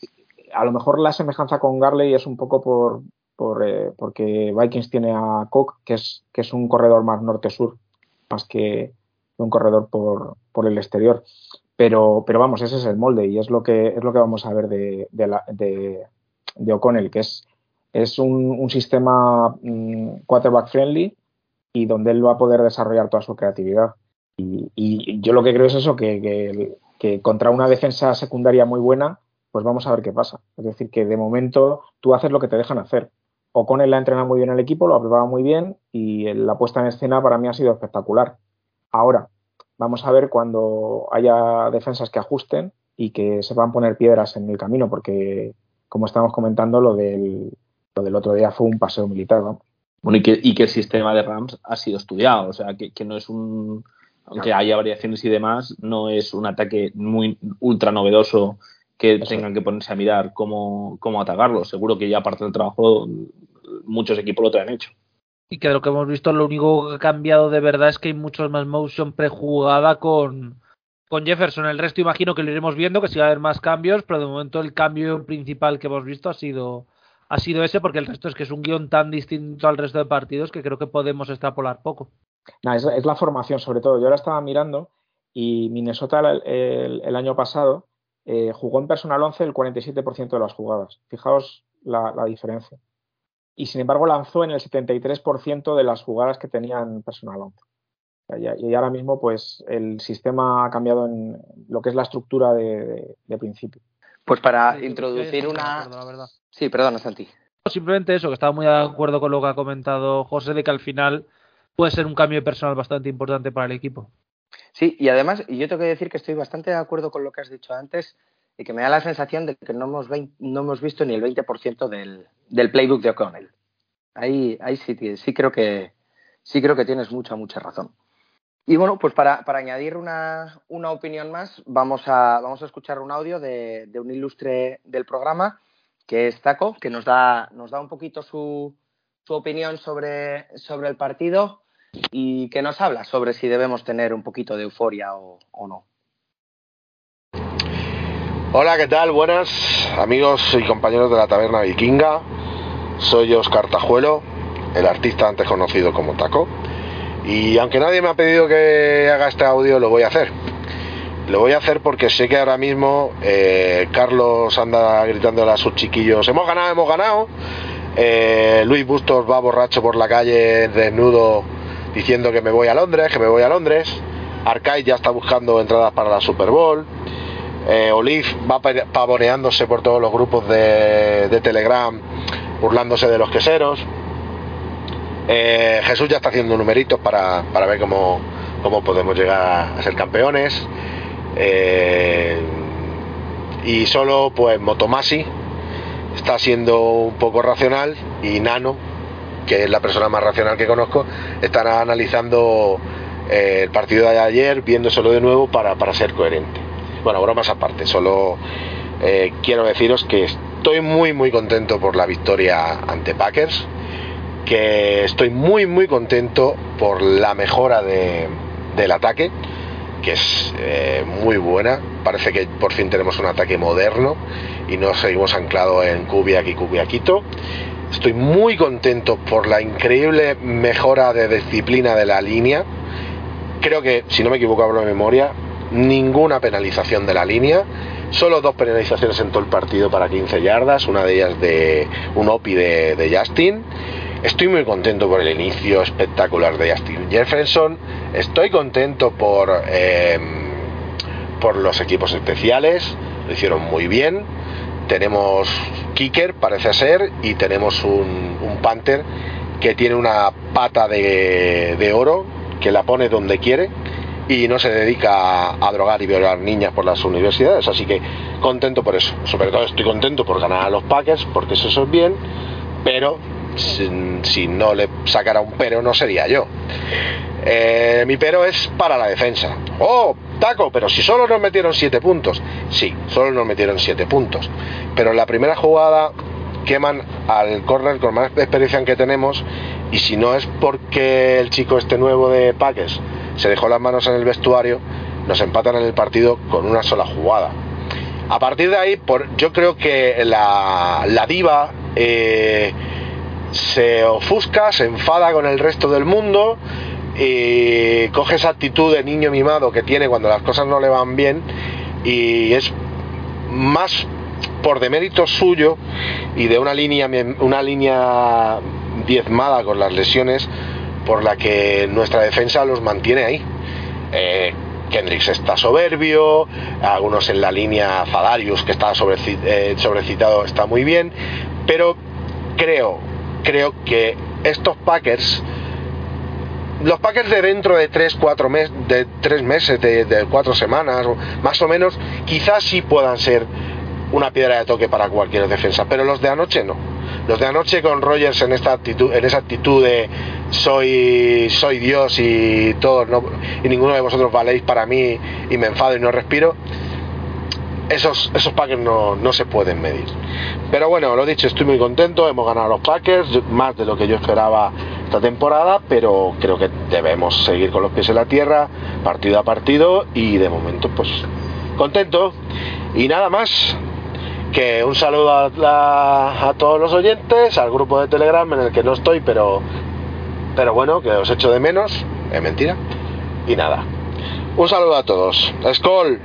a lo mejor la semejanza con Gurley es un poco por, por eh, porque Vikings tiene a Cook, que es, que es un corredor más norte-sur, más que un corredor por, por el exterior. Pero, pero vamos, ese es el molde y es lo que es lo que vamos a ver de, de, la, de, de O'Connell, que es, es un, un sistema um, quarterback friendly y donde él va a poder desarrollar toda su creatividad. Y, y yo lo que creo es eso, que, que, que contra una defensa secundaria muy buena, pues vamos a ver qué pasa. Es decir, que de momento tú haces lo que te dejan hacer. O'Connell la ha entrenado muy bien el equipo, lo ha preparado muy bien y la puesta en escena para mí ha sido espectacular. Ahora, vamos a ver cuando haya defensas que ajusten y que se van a poner piedras en el camino, porque, como estamos comentando, lo del, Lo del otro día fue un paseo militar, ¿no? Bueno, y que, y que el sistema de Rams ha sido estudiado, o sea, que, que no es un... Aunque haya variaciones y demás, no es un ataque muy ultra novedoso que Eso. tengan que ponerse a mirar cómo, cómo atacarlo. Seguro que ya aparte del trabajo muchos equipos lo traen hecho. Y que de lo que hemos visto, lo único que ha cambiado de verdad es que hay muchos más motion prejugada con, con Jefferson. El resto imagino que lo iremos viendo, que sí va a haber más cambios, pero de momento el cambio principal que hemos visto ha sido... ha sido ese, porque el resto es que es un guión tan distinto al resto de partidos que creo que podemos extrapolar poco. No, es, es la formación, sobre todo. Yo ahora estaba mirando y Minnesota el, el, el año pasado eh, jugó en personal once el cuarenta y siete por ciento de las jugadas. Fijaos la, la diferencia. Y sin embargo lanzó en el setenta y tres por ciento de las jugadas que tenían personal once. Y ahora mismo pues el sistema ha cambiado en lo que es la estructura de, de, de principio. Pues para sí, introducir una... acuerdo, la verdad. Sí, perdona, Santi. Simplemente eso, que estaba muy de acuerdo con lo que ha comentado José, de que al final puede ser un cambio de personal bastante importante para el equipo. Sí, y además, yo tengo que decir que estoy bastante de acuerdo con lo que has dicho antes y que me da la sensación de que no hemos, veinte, no hemos visto ni el veinte por ciento del, del playbook de O'Connell. Ahí, ahí sí, sí creo que sí creo que tienes mucha, mucha razón. Y bueno, pues para, para añadir una, una opinión más, vamos a, vamos a escuchar un audio de, de un ilustre del programa, que es Taco, que nos da, nos da un poquito su, su opinión sobre, sobre el partido y que nos habla sobre si debemos tener un poquito de euforia o, o no. Hola, ¿qué tal? Buenas amigos y compañeros de la Taberna Vikinga. Soy Óscar Tajuelo, el artista antes conocido como Taco. Y aunque nadie me ha pedido que haga este audio, lo voy a hacer. Lo voy a hacer porque sé que ahora mismo eh, Carlos anda gritándole a sus chiquillos: hemos ganado, hemos ganado. Eh, Luis Bustos va borracho por la calle desnudo diciendo que me voy a Londres, que me voy a Londres. Arcade ya está buscando entradas para la Super Bowl. Eh, Olive va pavoneándose por todos los grupos de, de Telegram, burlándose de los queseros. Eh, Jesús ya está haciendo numeritos para, para ver cómo, cómo podemos llegar a ser campeones. Eh, y solo pues Motomasi está siendo un poco racional, y Nano, que es la persona más racional que conozco, estará analizando eh, el partido de ayer, viéndoselo de nuevo para, para ser coherente. Bueno, bromas aparte, solo eh, quiero deciros que estoy muy muy contento por la victoria ante Packers, que estoy muy muy contento por la mejora de, del ataque, que es eh, muy buena. Parece que por fin tenemos un ataque moderno y no seguimos anclados en Kubiak y Kubiakito. Estoy muy contento por la increíble mejora de disciplina de la línea. Creo que, si no me equivoco, hablo de memoria, ninguna penalización de la línea, solo dos penalizaciones en todo el partido para quince yardas, una de ellas de un O P I de, de Justin. Estoy muy contento por el inicio espectacular de Justin Jefferson. Estoy contento por eh, por los equipos especiales, lo hicieron muy bien. Tenemos kicker, parece ser, y tenemos un, un punter que tiene una pata de, de oro, que la pone donde quiere y no se dedica a, a drogar y violar niñas por las universidades. Así que contento por eso. Sobre todo estoy contento por ganar a los Packers, porque eso es bien, pero si, si no le sacara un pero no sería yo. Eh, mi pero es para la defensa. Oh, Taco, pero si solo nos metieron siete puntos. Sí, solo nos metieron siete puntos, pero en la primera jugada queman al corner con más experiencia que tenemos, y si no es porque el chico este nuevo de Packers se dejó las manos en el vestuario, nos empatan en el partido con una sola jugada. A partir de ahí, por, yo creo que la, la diva eh, se ofusca, se enfada con el resto del mundo y coge esa actitud de niño mimado que tiene cuando las cosas no le van bien, y es más por demérito suyo y de una línea una línea diezmada con las lesiones, por la que nuestra defensa los mantiene ahí. eh, Kendricks está soberbio, algunos en la línea, Fadarius, que está eh, sobrecitado, está muy bien, pero creo creo que estos Packers, los Packers de dentro de tres, cuatro meses, de tres meses, de, de cuatro semanas, más o menos, quizás sí puedan ser una piedra de toque para cualquier defensa, pero los de anoche no. los de anoche con Rodgers en esta actitud, en esa actitud de soy soy Dios y todos no, y ninguno de vosotros valéis para mí y me enfado y no respiro. Esos, esos Packers no, no se pueden medir. Pero bueno, lo dicho, estoy muy contento. Hemos ganado a los Packers, más de lo que yo esperaba esta temporada, pero creo que debemos seguir con los pies en la tierra, partido a partido, y de momento, pues, contento. Y nada más, que un saludo a, la, a todos los oyentes, al grupo de Telegram en el que no estoy, pero, pero bueno, que os echo de menos. Es mentira. Y nada, un saludo a todos. ¡Skol!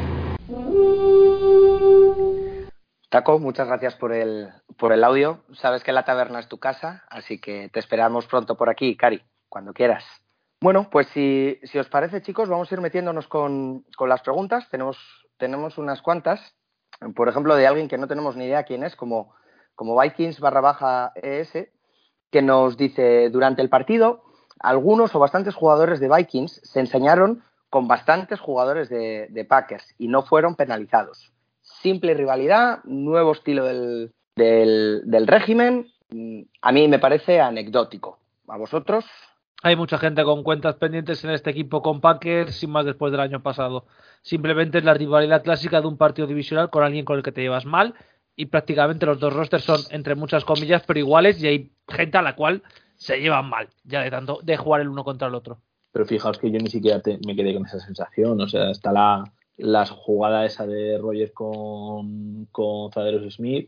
Taco, muchas gracias por el, por el audio. Sabes que la taberna es tu casa, así que te esperamos pronto por aquí, Cari, cuando quieras. Bueno, pues si, si os parece, chicos, vamos a ir metiéndonos con, con las preguntas. Tenemos, tenemos unas cuantas, por ejemplo, de alguien que no tenemos ni idea quién es, como, como Vikings barra baja E S, que nos dice, durante el partido, algunos o bastantes jugadores de Vikings se enseñaron con bastantes jugadores de, de Packers y no fueron penalizados. Simple rivalidad, nuevo estilo del, del, del régimen. A mí me parece anecdótico. ¿A vosotros? Hay mucha gente con cuentas pendientes en este equipo con Packers, sin más después del año pasado. Simplemente es la rivalidad clásica de un partido divisional con alguien con el que te llevas mal, y prácticamente los dos rosters son, entre muchas comillas, pero iguales, y hay gente a la cual se llevan mal, ya de tanto de jugar el uno contra el otro. Pero fijaos que yo ni siquiera te, me quedé con esa sensación. O sea, está la, la jugada esa de Rodgers con, con Za'Darius Smith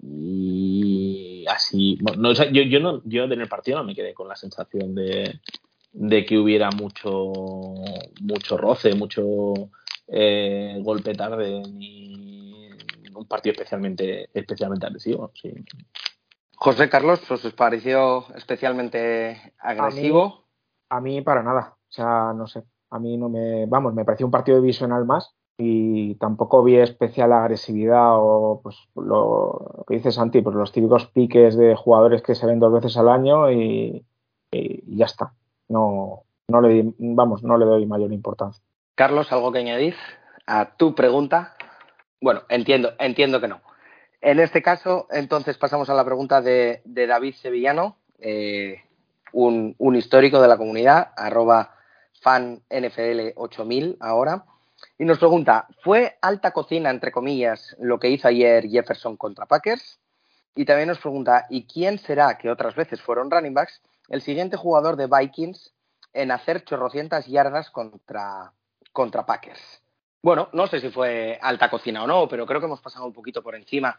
y así. No, o sea, yo, yo, no, yo en el partido no me quedé con la sensación de, de que hubiera mucho, mucho roce, mucho eh, golpe tarde, ni un partido especialmente, especialmente agresivo. Sí. José Carlos, ¿os pareció especialmente agresivo? A mí, a mí para nada, o sea, no sé, a mí no me, vamos, me pareció un partido divisional más y tampoco vi especial agresividad o pues lo, lo que dice Santi, pues los típicos piques de jugadores que se ven dos veces al año y, y ya está, no, no le di, vamos, no le doy mayor importancia. Carlos, ¿algo que añadir a tu pregunta? Bueno, entiendo, entiendo que no. En este caso, entonces pasamos a la pregunta de, de David Sevillano, eh, un, un histórico de la comunidad, arroba fan N F L ocho mil ahora, y nos pregunta, ¿fue alta cocina, entre comillas, lo que hizo ayer Jefferson contra Packers? Y también nos pregunta, ¿y quién será, que otras veces fueron running backs, el siguiente jugador de Vikings en hacer chorrocientas yardas contra, contra Packers? Bueno, no sé si fue alta cocina o no, pero creo que hemos pasado un poquito por encima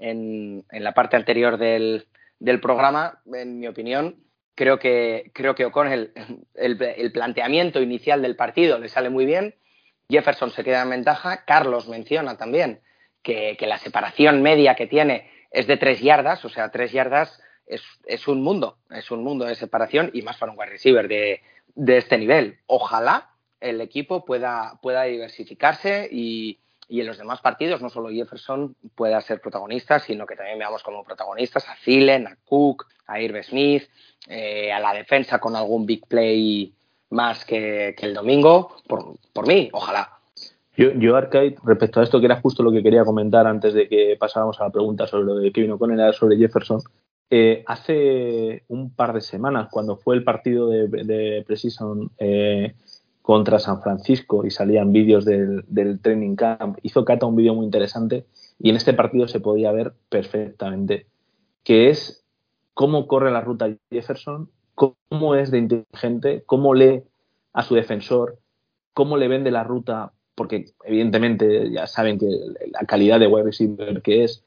en, en la parte anterior del, del programa. En mi opinión, creo que, creo que O'Connell, el, el planteamiento inicial del partido le sale muy bien. Jefferson se queda en ventaja. Carlos menciona también que, que la separación media que tiene es de tres yardas, o sea, tres yardas es, es un mundo, es un mundo de separación, y más para un wide receiver de, de este nivel. Ojalá el equipo pueda, pueda diversificarse y, y en los demás partidos no solo Jefferson pueda ser protagonista, sino que también veamos como protagonistas a Thielen, a Cook, a Irv Smith, eh, a la defensa con algún big play más que, que el domingo. Por, por mí, ojalá. Yo, yo, Arcade, respecto a esto, que era justo lo que quería comentar antes de que pasáramos a la pregunta sobre lo de Kevin O'Connell, sobre Jefferson, eh, hace un par de semanas, cuando fue el partido de, de Precision eh, contra San Francisco y salían vídeos del, del training camp, hizo Cata un vídeo muy interesante y en este partido se podía ver perfectamente, que es cómo corre la ruta Jefferson, cómo es de inteligente, cómo lee a su defensor, cómo le vende la ruta, porque evidentemente ya saben que la calidad de wide receiver que es,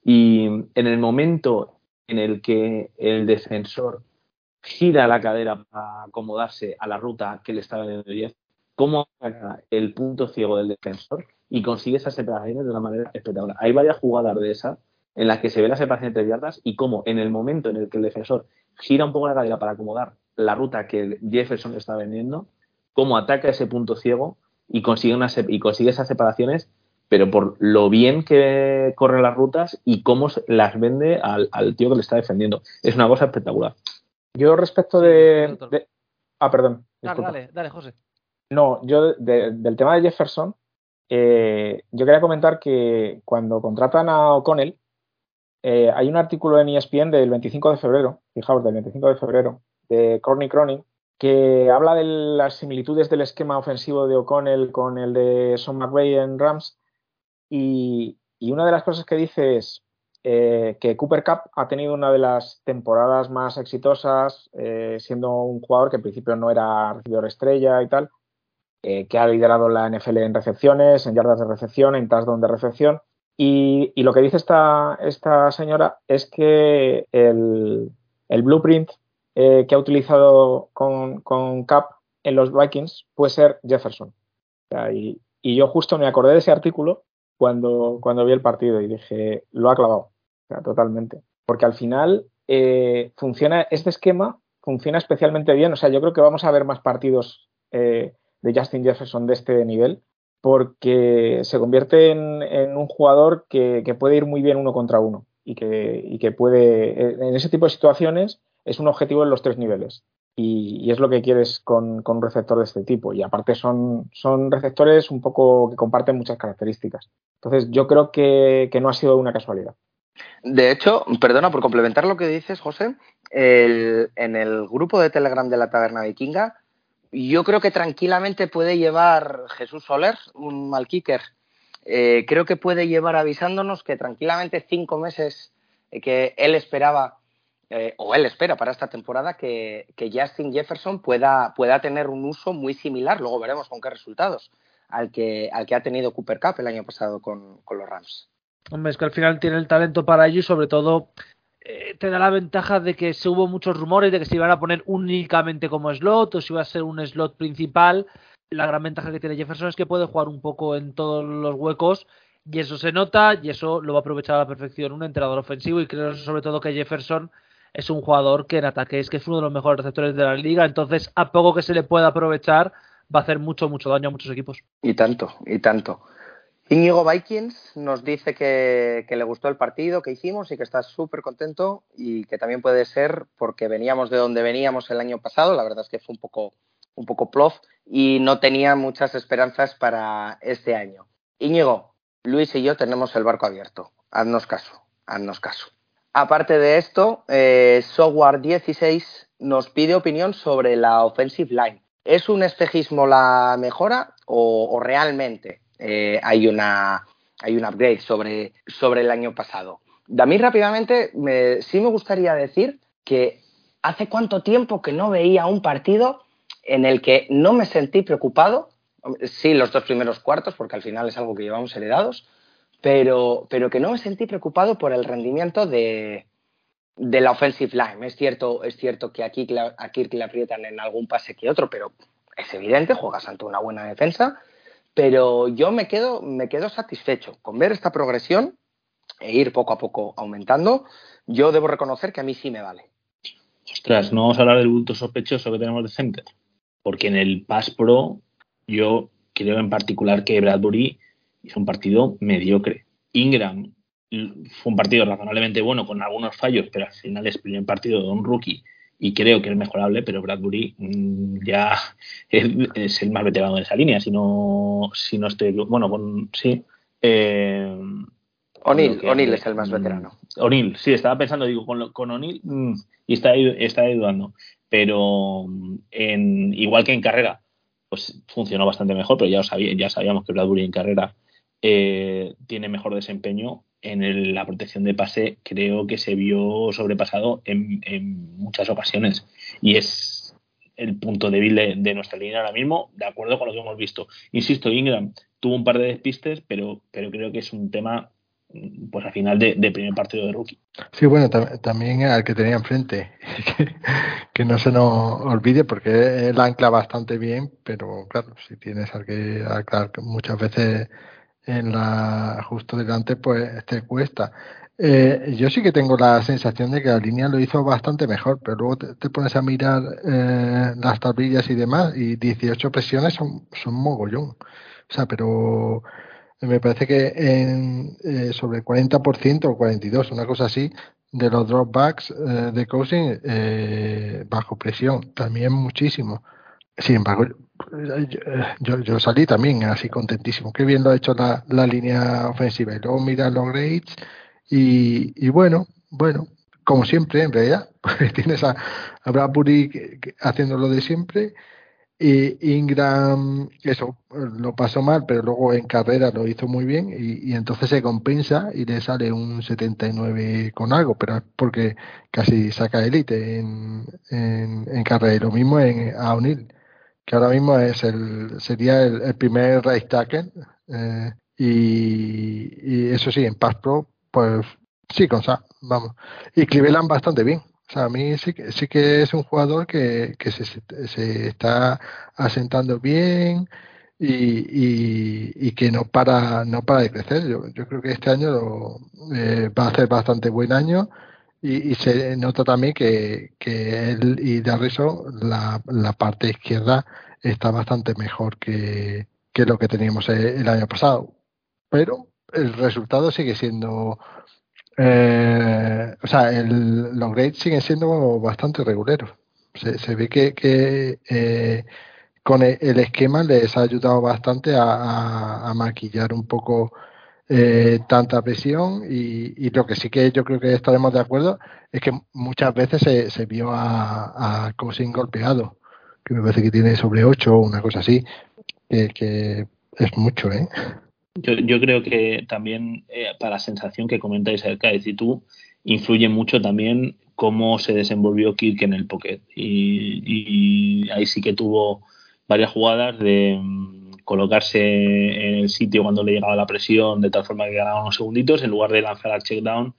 y en el momento en el que el defensor gira la cadera para acomodarse a la ruta que le está vendiendo Jeff, cómo saca el punto ciego del defensor y consigue esas separaciones de una manera espectacular. Hay varias jugadas de esas en las que se ve la separación entre yardas y cómo en el momento en el que el defensor gira un poco la cadera para acomodar la ruta que Jefferson está vendiendo, cómo ataca ese punto ciego y consigue, una, y consigue esas separaciones, pero por lo bien que corre las rutas y cómo las vende al, al tío que le está defendiendo. Es una cosa espectacular. Yo respecto de, de... Ah, perdón. Dale, dale, dale, José. No, yo de, del tema de Jefferson, eh, yo quería comentar que cuando contratan a O'Connell, eh, hay un artículo en E S P N del veinticinco de febrero, fijaos, del veinticinco de febrero, de Courtney Cronin, que habla de las similitudes del esquema ofensivo de O'Connell con el de Sean McVay en Rams, y, y una de las cosas que dice es eh, que Cooper Kupp ha tenido una de las temporadas más exitosas, eh, siendo un jugador que en principio no era recibidor estrella y tal, eh, que ha liderado la N F L en recepciones, en yardas de recepción, en touchdown de recepción, y, y lo que dice esta, esta señora es que el, el blueprint eh, que ha utilizado con, con Kupp en los Vikings puede ser Jefferson. O sea, y, y yo justo me acordé de ese artículo cuando, cuando vi el partido y dije, lo ha clavado, o sea, totalmente. Porque al final eh, funciona, este esquema funciona especialmente bien. O sea, yo creo que vamos a ver más partidos eh, de Justin Jefferson de este nivel, porque se convierte en, en un jugador que, que puede ir muy bien uno contra uno y que, y que puede, en ese tipo de situaciones, es un objetivo en los tres niveles. Y, y es lo que quieres con, con un receptor de este tipo. Y aparte son, son receptores un poco que comparten muchas características. Entonces yo creo que, que no ha sido una casualidad. De hecho, perdona, por complementar lo que dices, José, el, en el grupo de Telegram de la Taberna Vikinga, yo creo que tranquilamente puede llevar Jesús Soler, un mal kicker, eh, creo que puede llevar avisándonos que tranquilamente cinco meses eh, que él esperaba, eh, o él espera para esta temporada, que, que Justin Jefferson pueda, pueda tener un uso muy similar, luego veremos con qué resultados, al que, al que ha tenido Cooper Kupp el año pasado con, con los Rams. Hombre, es que al final tiene el talento para ello y sobre todo eh, te da la ventaja de que se hubo muchos rumores de que se iban a poner únicamente como slot o si iba a ser un slot principal. La gran ventaja que tiene Jefferson es que puede jugar un poco en todos los huecos y eso se nota y eso lo va a aprovechar a la perfección un entrenador ofensivo, y creo sobre todo que Jefferson es un jugador que en ataque es que es uno de los mejores receptores de la liga, entonces a poco que se le pueda aprovechar va a hacer mucho, mucho daño a muchos equipos. Y tanto, y tanto. Íñigo Vikings nos dice que, que le gustó el partido que hicimos y que está súper contento, y que también puede ser porque veníamos de donde veníamos el año pasado. La verdad es que fue un poco, un poco plof y no tenía muchas esperanzas para este año. Íñigo, Luis y yo tenemos el barco abierto. Haznos caso, haznos caso. Aparte de esto, eh, Software dieciséis nos pide opinión sobre la offensive line. ¿Es un espejismo la mejora o, o realmente Eh, hay una hay un upgrade sobre, sobre el año pasado? A mí rápidamente me, sí me gustaría decir que hace cuánto tiempo que no veía un partido en el que no me sentí preocupado, sí los dos primeros cuartos porque al final es algo que llevamos heredados, pero, pero que no me sentí preocupado por el rendimiento de, de la offensive line. Es cierto, es cierto que aquí a Kirk le aprietan en algún pase que otro, pero es evidente, juegas ante una buena defensa. Pero yo me quedo, me quedo satisfecho con ver esta progresión e ir poco a poco aumentando. Yo debo reconocer que a mí sí me vale. Ostras, no vamos a hablar del bulto sospechoso que tenemos de center, porque en el Pass Pro yo creo en particular que Bradbury hizo un partido mediocre. Ingram fue un partido razonablemente bueno con algunos fallos, pero al final es el primer partido de un rookie y creo que es mejorable, pero Bradbury mmm, ya es, es el más veterano de esa línea, si no, si no estoy... Bueno, con sí. Eh, O'Neill, O'Neill es el más veterano. O'Neill, sí, estaba pensando, digo, con, con O'Neill mmm, y está, está dudando, pero en, igual que en carrera, pues funcionó bastante mejor, pero ya, sabía, ya sabíamos que Bradbury en carrera eh, tiene mejor desempeño. En el, la protección de pase creo que se vio sobrepasado en, en muchas ocasiones y es el punto débil de, de nuestra línea ahora mismo, de acuerdo con lo que hemos visto. Insisto, Ingram tuvo un par de despistes, pero, pero creo que es un tema pues al final de, de primer partido de rookie. Sí, bueno, tam- también al que tenía enfrente, que, que no se nos olvide, porque él ancla bastante bien, pero claro, si tienes al que anclar muchas veces en la justo delante, pues te cuesta. Eh, yo sí que tengo la sensación de que la línea lo hizo bastante mejor, pero luego te, te pones a mirar eh, las tablillas y demás, y dieciocho presiones son, son mogollón. O sea, pero me parece que en, eh, sobre el cuarenta por ciento o cuarenta y dos por ciento, una cosa así, de los dropbacks eh, de Cousins eh, bajo presión, también muchísimo. Sin embargo, yo, yo salí también así contentísimo. Qué bien lo ha hecho la, la línea ofensiva. Y luego mira los grades Y, y bueno, bueno, como siempre, en realidad, pues tienes a, a Bradbury que- que haciendo lo de siempre. Y Ingram, eso, lo pasó mal, pero luego en carrera lo hizo muy bien y, y entonces se compensa y le sale un setenta y nueve con algo, pero es porque casi saca élite en, en, en carrera. Y lo mismo en a O'Neal, que ahora mismo es el sería el, el primer right tackle. eh, y, y eso sí, en Pass Pro, pues sí, con Sa- vamos. Y Cleveland bastante bien. O sea, a mí sí que, sí que es un jugador que, que se, se está asentando bien y, y, y que no para no para de crecer. Yo, yo creo que este año lo, eh, va a ser bastante buen año y, y se nota también que, que él y Darrison, la, la parte izquierda, está bastante mejor que, que lo que teníamos el, el año pasado. Pero el resultado sigue siendo eh, o sea, el, los grades siguen siendo bastante regulares. Se, se ve que, que eh, con el, el esquema les ha ayudado bastante a, a- a maquillar un poco eh, tanta presión y, y lo que sí que yo creo que estaremos de acuerdo es que muchas veces se, se vio a, a Cousin golpeado, que me parece que tiene sobre ocho o una cosa así, que, que es mucho, ¿eh? Yo, yo creo que también eh, para la sensación que comentáis acerca de Citu, influye mucho también cómo se desenvolvió Kirk en el pocket. Y, y ahí sí que tuvo varias jugadas de mm, colocarse en el sitio cuando le llegaba la presión, de tal forma que ganaba unos segunditos, en lugar de lanzar al check down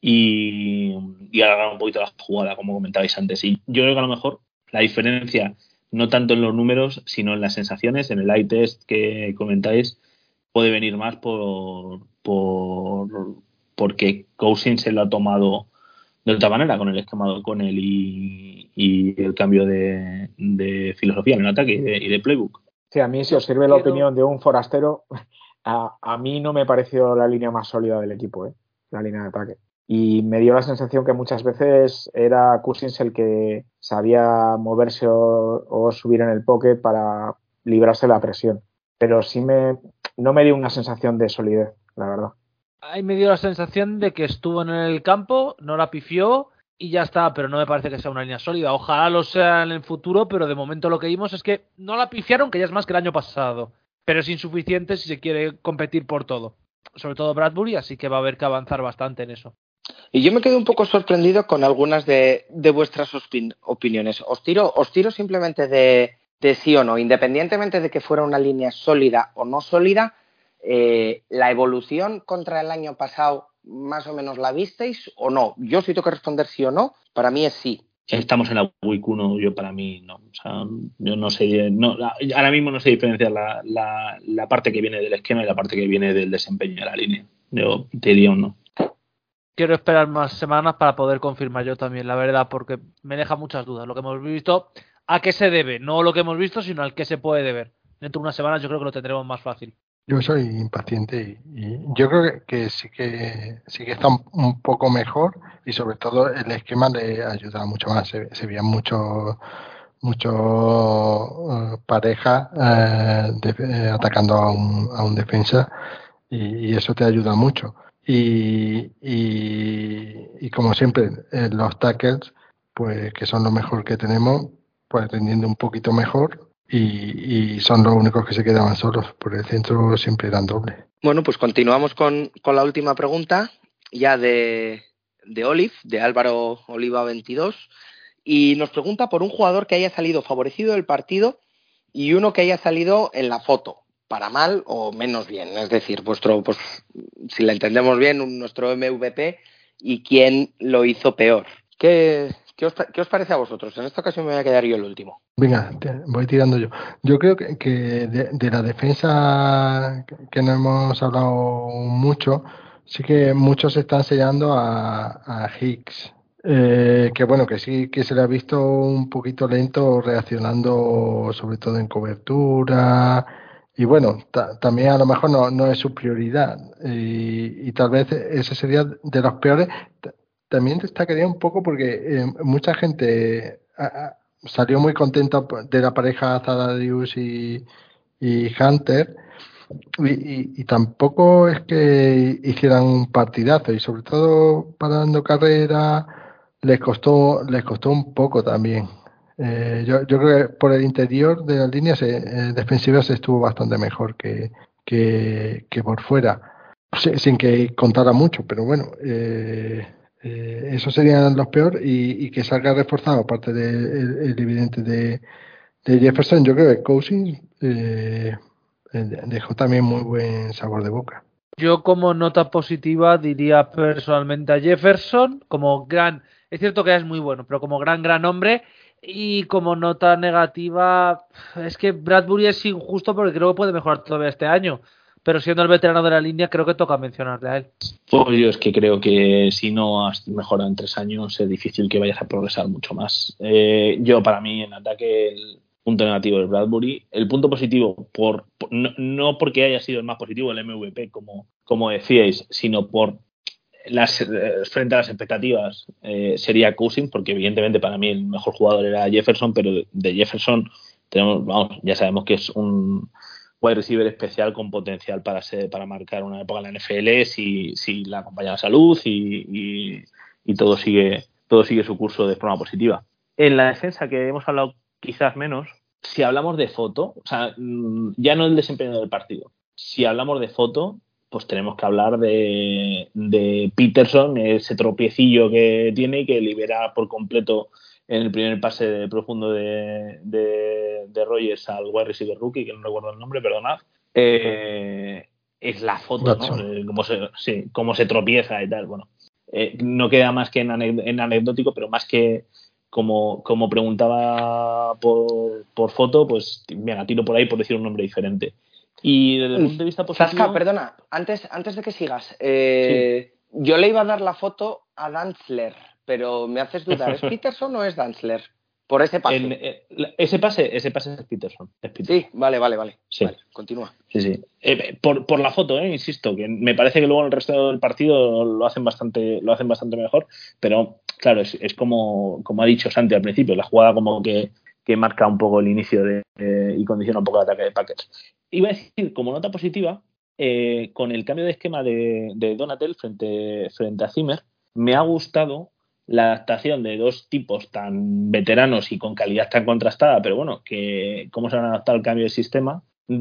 y, y alargar un poquito la jugada, como comentabais antes. Y yo creo que a lo mejor la diferencia, no tanto en los números, sino en las sensaciones, en el eye test que comentáis, puede venir más por, por porque Cousins se lo ha tomado de otra manera con el esquema con él y, y el cambio de, de filosofía en el ataque y de, y de playbook. Sí, a mí si os sirve la opinión de un forastero, a, a mí no me pareció la línea más sólida del equipo, ¿eh? La línea de ataque. Y me dio la sensación que muchas veces era Cousins el que sabía moverse o, o subir en el pocket para librarse de la presión. Pero sí me no me dio una sensación de solidez, la verdad. Ahí me dio la sensación de que estuvo en el campo, no la pifió y ya está, pero no me parece que sea una línea sólida. Ojalá lo sea en el futuro, pero de momento lo que vimos es que no la pifiaron, que ya es más que el año pasado, pero es insuficiente si se quiere competir por todo. Sobre todo Bradbury, así que va a haber que avanzar bastante en eso. Y yo me quedo un poco sorprendido con algunas de, de vuestras opin- opiniones. Os tiro, os tiro simplemente de, de sí o no, independientemente de que fuera una línea sólida o no sólida, eh, ¿la evolución contra el año pasado más o menos la visteis o no? Yo si tengo que responder sí o no, para mí es sí. Estamos en la week uno, yo para mí no. O sea, yo no sé, no, ahora mismo no sé diferenciar la, la, la parte que viene del esquema y la parte que viene del desempeño de la línea. Yo te diría un no. Quiero esperar más semanas para poder confirmar yo también, la verdad, porque me deja muchas dudas. Lo que hemos visto, ¿a qué se debe? No lo que hemos visto, sino al qué se puede deber. Dentro de unas semanas yo creo que lo tendremos más fácil. Yo soy impaciente y, y yo creo que, que sí que sí que está un, un poco mejor y sobre todo el esquema le ayuda mucho más. Se, se veían muchos muchos uh, parejas uh, de, uh, atacando a un, a un defensa y, y eso te ayuda mucho. Y, y, y como siempre, eh, los tackles, pues que son lo mejor que tenemos, pues rindiendo un poquito mejor. Y, y son los únicos que se quedaban solos. Por el centro siempre eran dobles. Bueno, pues continuamos con, con la última pregunta, ya de, de Olive, de Álvaro Oliva veintidós, y nos pregunta por un jugador que haya salido favorecido del partido y uno que haya salido en la foto, para mal o menos bien. Es decir, vuestro, pues, si la entendemos bien, nuestro M V P y quién lo hizo peor. ¿Qué, qué, os, ¿Qué os parece a vosotros? En esta ocasión me voy a quedar yo el último. Venga, te, voy tirando yo. Yo creo que, que de, de la defensa que, que no hemos hablado mucho, sí que muchos están sellando a, a Hicks. Eh, que bueno, que sí que se le ha visto un poquito lento reaccionando, sobre todo en cobertura. Y bueno, ta, también a lo mejor no, no es su prioridad. Y, y tal vez ese sería de los peores. También destacaría un poco porque eh, mucha gente a, a, salió muy contenta de la pareja Zadarius y, y Hunter. y, y, y tampoco es que hicieran un partidazo, y sobre todo parando carrera les costó les costó un poco también. Eh, yo, yo creo que por el interior de las líneas eh, defensivas estuvo bastante mejor que, que, que por fuera, sin, sin que contara mucho, pero bueno, eh, eh, esos serían los peores, y, y que salga reforzado, aparte del el evidente de, de Jefferson. Yo creo que Cousins eh, dejó también muy buen sabor de boca. Yo como nota positiva diría personalmente a Jefferson como gran, es cierto que es muy bueno, pero como gran, gran hombre. Y como nota negativa, es que Bradbury es injusto porque creo que puede mejorar todavía este año. Pero siendo el veterano de la línea, creo que toca mencionarle a él. Pues yo es que creo que si no has mejorado en tres años es difícil que vayas a progresar mucho más. Eh, yo, para mí, en ataque, el punto negativo es Bradbury. El punto positivo, por, por no, no porque haya sido el más positivo, el M V P, como, como decíais, sino por las eh, frente a las expectativas, eh, sería Cousins, porque evidentemente para mí el mejor jugador era Jefferson, pero de, de Jefferson tenemos, vamos, ya sabemos que es un wide receiver especial con potencial para ser, para marcar una época en la N F L si, si la acompaña la salud y, y, y todo sigue todo sigue su curso de forma positiva. En la defensa, que hemos hablado quizás menos, si hablamos de foto, o sea, ya no el desempeño del partido, si hablamos de foto, pues tenemos que hablar de, de Peterson, ese tropiecillo que tiene y que libera por completo en el primer pase profundo de, de, de Rogers al wide receiver rookie, que no recuerdo el nombre, perdonad. Eh, es la foto, ¿no? Eh, cómo se, sí, cómo se tropieza y tal. Bueno, eh, no queda más que en, anec- en anecdótico, pero más que como, como preguntaba por, por foto, pues venga, tiro por ahí por decir un nombre diferente. Y desde el punto de vista positivo... Zasca, perdona, antes, antes de que sigas, eh, sí. Yo le iba a dar la foto a Dantzler, pero me haces dudar, ¿es Peterson o es Dantzler? Por ese pase. En, eh, ese pase, ese pase es Peterson, es Peterson. Sí, vale, vale, vale. Sí. Vale, continúa. Sí, sí. Eh, por, por la foto, eh, insisto, que me parece que luego en el resto del partido lo hacen bastante, lo hacen bastante mejor, pero claro, es, es como, como ha dicho Santi al principio, la jugada como que, que marca un poco el inicio de, eh, y condiciona un poco el ataque de Packers. Iba a decir, como nota positiva, eh, con el cambio de esquema de, de Donatel frente, frente a Zimmer, me ha gustado la adaptación de dos tipos tan veteranos y con calidad tan contrastada, pero bueno, que cómo se han adaptado al cambio de sistema,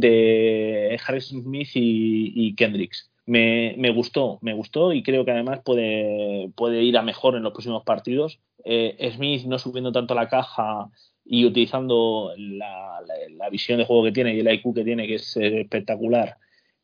de Harrison Smith y, y Kendricks. Me, me gustó, me gustó y creo que además puede, puede ir a mejor en los próximos partidos. Eh, Smith no subiendo tanto la caja y utilizando la, la, la visión de juego que tiene y el I Q que tiene, que es espectacular,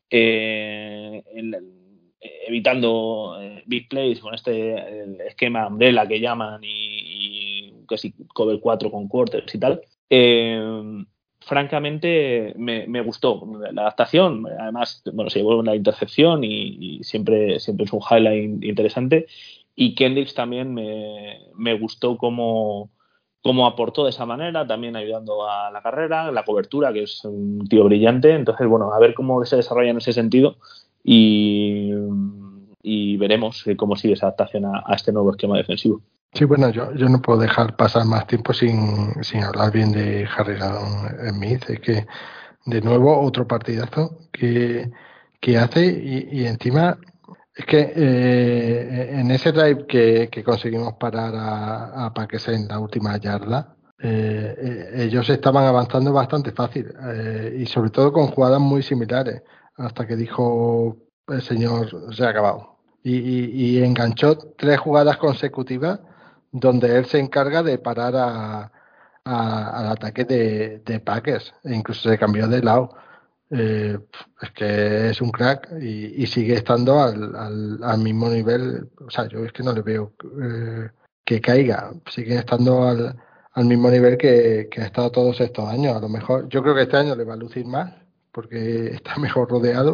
eh, el, evitando eh, big plays con este el esquema umbrella que llaman y, y casi cover cuatro con quarters y tal. Eh, francamente me, me gustó la adaptación, además bueno, se llevó una intercepción y, y siempre, siempre es un highlight interesante, y Kendricks también me, me gustó como cómo aportó de esa manera, también ayudando a la carrera, la cobertura, que es un tío brillante. Entonces, bueno, a ver cómo se desarrolla en ese sentido y, y veremos cómo sigue esa adaptación a, a este nuevo esquema defensivo. Sí, bueno, yo, yo no puedo dejar pasar más tiempo sin, sin hablar bien de Harrison Smith. Es que, de nuevo, otro partidazo que, que hace y, y encima... Es que eh, en ese drive que, que conseguimos parar a, a Packers en la última yarda, eh, eh, ellos estaban avanzando bastante fácil eh, y sobre todo con jugadas muy similares, hasta que dijo el señor se ha acabado. Y, y, y enganchó tres jugadas consecutivas donde él se encarga de parar a, a, al ataque de, de Packers e incluso se cambió de lado. Eh, es que es un crack y, y sigue estando al, al, al mismo nivel. O sea, yo es que no le veo eh, que caiga, sigue estando al, al mismo nivel que, que ha estado todos estos años. A lo mejor yo creo que este año le va a lucir más porque está mejor rodeado,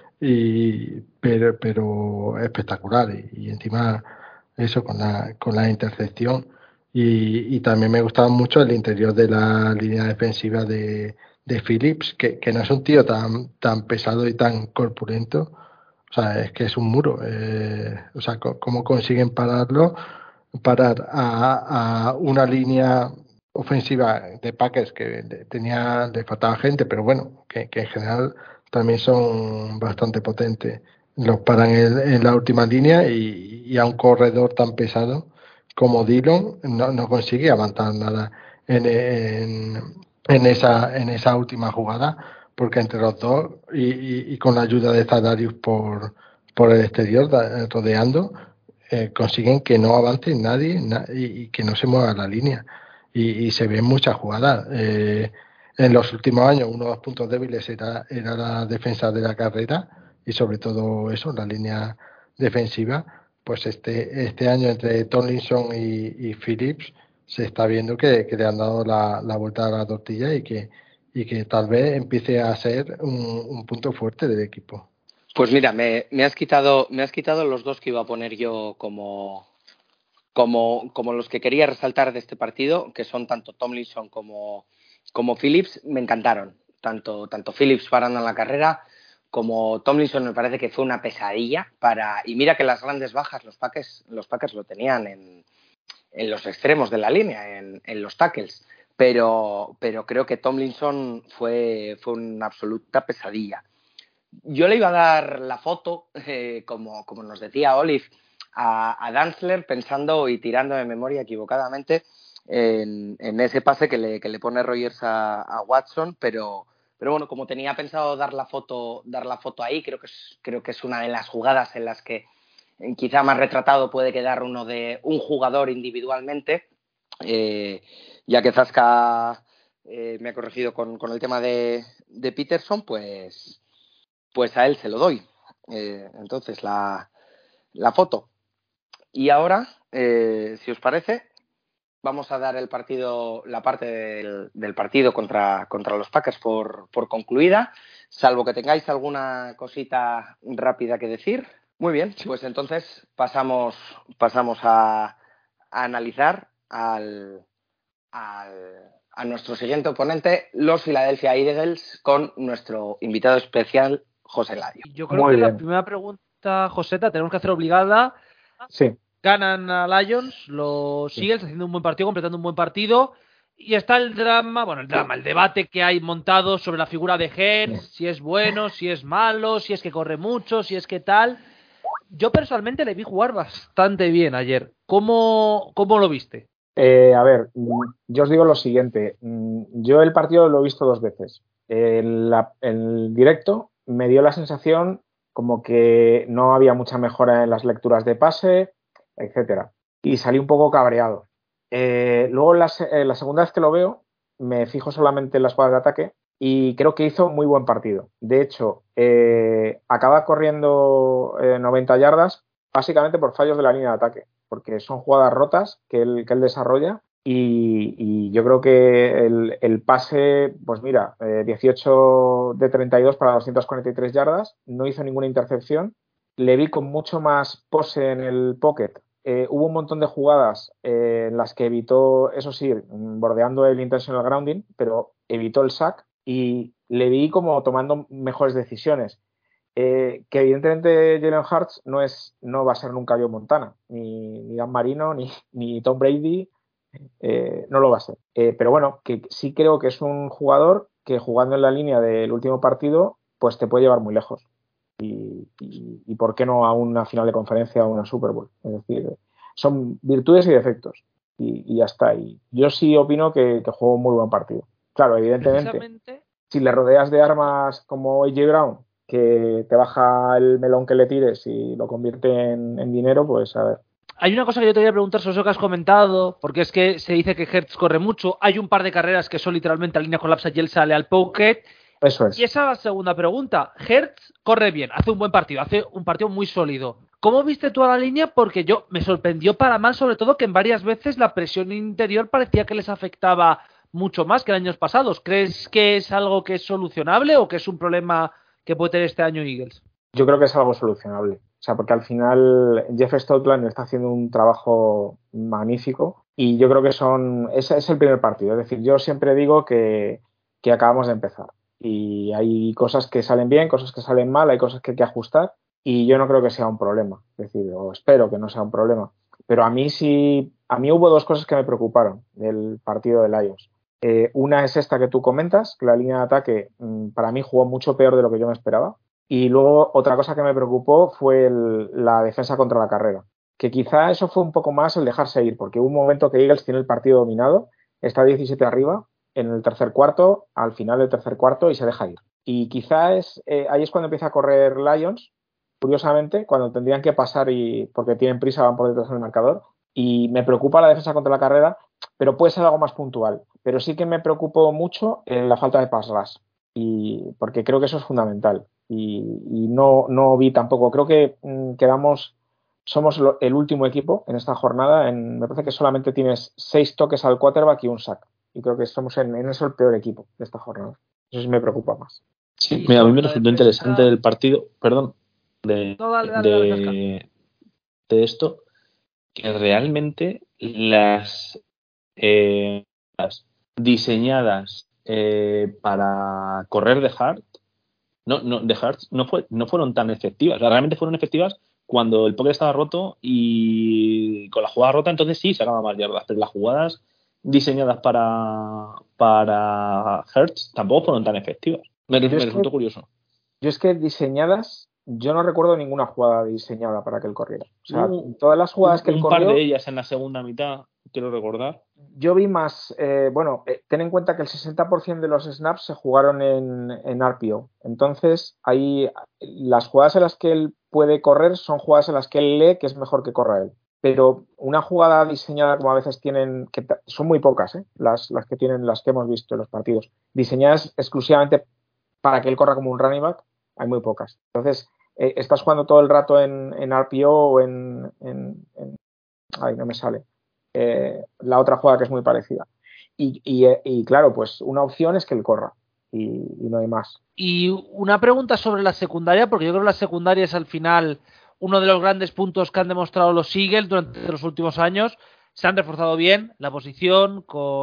y pero, pero espectacular y, y encima eso con la, con la intercepción. Y, y también me gustaba mucho el interior de la línea defensiva de de Phillips, que, que no es un tío tan, tan pesado y tan corpulento. O sea, es que es un muro. Eh, o sea, cómo consiguen pararlo, parar a, a una línea ofensiva de Packers que tenía, le faltaba gente, pero bueno, que, que en general también son bastante potentes. Los paran en, en la última línea y, y a un corredor tan pesado como Dillon no, no consigue avanzar nada en, en, en, esa, en esa última jugada, porque entre los dos y, y, y con la ayuda de Zadarius por, por el exterior da, rodeando, eh, consiguen que no avance nadie na, y, y que no se mueva la línea. Y, y se ven muchas jugadas. Eh, en los últimos años uno de los puntos débiles era, era la defensa de la carrera y sobre todo eso, la línea defensiva. Pues este, este año entre Tomlinson y, y Phillips se está viendo que, que le han dado la, la vuelta a la tortilla y que, y que tal vez empiece a ser un, un punto fuerte del equipo. Pues mira, me, me has quitado, me has quitado los dos que iba a poner yo como, como, como los que quería resaltar de este partido, que son tanto Tomlinson como, como Phillips. Me encantaron, tanto, tanto Phillips parando en la carrera como Tomlinson. Me parece que fue una pesadilla para, y mira que las grandes bajas los Packers, los Packers lo tenían en, en los extremos de la línea, en, en los tackles, pero, pero creo que Tomlinson fue, fue una absoluta pesadilla. Yo le iba a dar la foto, eh, como, como nos decía Olive, a, a Dantzler, pensando y tirando de memoria equivocadamente en, en ese pase que le, que le pone Rodgers a, a Watson, pero, pero bueno, como tenía pensado dar la foto, dar la foto ahí, creo que es, creo que es una de las jugadas en las que eh, quizá más retratado puede quedar uno de un jugador individualmente, eh, ya que Zasca eh, me ha corregido con, con el tema de, de Peterson, pues... pues a él se lo doy. Eh, entonces, la, la foto. Y ahora, eh, si os parece, vamos a dar el partido, la parte del, del partido contra, contra los Packers por, por concluida, salvo que tengáis alguna cosita rápida que decir. Muy bien, pues entonces pasamos, pasamos a, a analizar al, al, a nuestro siguiente oponente, los Philadelphia Eagles, con nuestro invitado especial, José Ladio. Yo creo Muy que bien. la primera pregunta, Joseta, tenemos que hacer obligada. Sí. Ganan a Lions, los Sí. Eagles haciendo un buen partido, completando un buen partido. Y está el drama, bueno, el drama, el debate que hay montado sobre la figura de Hurts, si es bueno, si es malo, si es que corre mucho, si es que tal. Yo personalmente le vi jugar bastante bien ayer. ¿Cómo, cómo lo viste? Eh, a ver, yo os digo lo siguiente. Yo el partido lo he visto dos veces. En, la, en el directo me dio la sensación como que no había mucha mejora en las lecturas de pase, etcétera. Y salí un poco cabreado. Eh, luego, la, eh, la segunda vez que lo veo, me fijo solamente en las jugadas de ataque y creo que hizo muy buen partido. De hecho, eh, acaba corriendo eh, noventa yardas básicamente por fallos de la línea de ataque, porque son jugadas rotas que él, que él desarrolla y, y yo creo que el, el pase, pues mira, eh, dieciocho de treinta y dos para doscientas cuarenta y tres yardas, no hizo ninguna intercepción, le vi con mucho más pose en el pocket. Eh, hubo un montón de jugadas eh, en las que evitó, eso sí, bordeando el intentional grounding, pero evitó el sack y le vi como tomando mejores decisiones. Eh, que evidentemente Jalen Hurts no es no va a ser nunca Joe Montana, ni, ni Dan Marino, ni, ni Tom Brady, eh, no lo va a ser. Eh, pero bueno, que sí creo que es un jugador que jugando en la línea del último partido, pues te puede llevar muy lejos. Y, y, y por qué no a una final de conferencia o una Super Bowl. Es decir, son virtudes y defectos. Y, y ya está. Y yo sí opino que, que jugó un muy buen partido. Claro, evidentemente, Precisamente... si le rodeas de armas como A J Brown, que te baja el melón que le tires y lo convierte en, en dinero, pues a ver. Hay una cosa que yo te voy a preguntar sobre eso que has comentado, porque es que se dice que Hurts corre mucho. Hay un par de carreras que son literalmente a línea colapsa y él sale al pocket. Eso es. Y esa es la segunda pregunta. Hurts corre bien, hace un buen partido, hace un partido muy sólido. ¿Cómo viste tú a la línea? Porque yo me sorprendió para mal, sobre todo que en varias veces la presión interior parecía que les afectaba mucho más que en años pasados. ¿Crees que es algo que es solucionable o que es un problema que puede tener este año Eagles? Yo creo que es algo solucionable. O sea, porque al final Jeff Stoutland está haciendo un trabajo magnífico y yo creo que son ese es el primer partido. Es decir, yo siempre digo que, que acabamos de empezar y hay cosas que salen bien, cosas que salen mal, hay cosas que hay que ajustar y yo no creo que sea un problema. Es decir, o espero que no sea un problema. Pero a mí sí, a mí hubo dos cosas que me preocuparon del partido de Lions. Eh, una es esta que tú comentas, que la línea de ataque mmm, para mí jugó mucho peor de lo que yo me esperaba. Y luego otra cosa que me preocupó fue el, la defensa contra la carrera, que quizá eso fue un poco más el dejarse ir, porque hubo un momento que Eagles tiene el partido dominado, está diecisiete arriba en el tercer cuarto, al final del tercer cuarto, y se deja ir. Y quizá es, eh, ahí es cuando empieza a correr Lions, curiosamente, cuando tendrían que pasar y porque tienen prisa, van por detrás del marcador. Y me preocupa la defensa contra la carrera, pero puede ser algo más puntual. Pero sí que me preocupó mucho en la falta de pass rush, y porque creo que eso es fundamental. Y, y no, no vi tampoco, creo que mmm, quedamos, somos lo, el último equipo en esta jornada. En, me parece que solamente tienes seis toques al quarterback y un sack. Y creo que somos en, en eso el peor equipo de esta jornada. Eso sí me preocupa más. Sí, mira, a mí me resultó defensa... interesante del partido, perdón, de, no, dale, dale, de, dale, de esto, que realmente las, eh, las diseñadas eh, para correr de hard, no, no, de hard no, fue, no fueron tan efectivas. O sea, realmente fueron efectivas cuando el pocket estaba roto y con la jugada rota, entonces sí sacaba más yardas, pero las jugadas diseñadas para, para Hertz tampoco fueron tan efectivas. Me, me resultó que, curioso. Yo es que diseñadas, yo no recuerdo ninguna jugada diseñada para que él corriera. O sea, uh, todas las jugadas un, que él un corrió... Un par de ellas en la segunda mitad, quiero recordar. Yo vi más... Eh, bueno, eh, ten en cuenta que el sesenta por ciento de los snaps se jugaron en, en R P O. Entonces, ahí las jugadas en las que él puede correr son jugadas en las que él lee que es mejor que corra él. Pero una jugada diseñada, como a veces tienen, que son muy pocas, ¿eh? las, las que tienen, las que hemos visto en los partidos, diseñadas exclusivamente para que él corra como un running back, hay muy pocas. Entonces, eh, estás jugando todo el rato en, en R P O o en, en, en... Ay, no me sale. Eh, la otra jugada que es muy parecida. Y, y, y claro, pues una opción es que él corra. Y, y no hay más. Y una pregunta sobre la secundaria, porque yo creo que la secundaria es al final uno de los grandes puntos que han demostrado los Eagles durante los últimos años. Se han reforzado bien la posición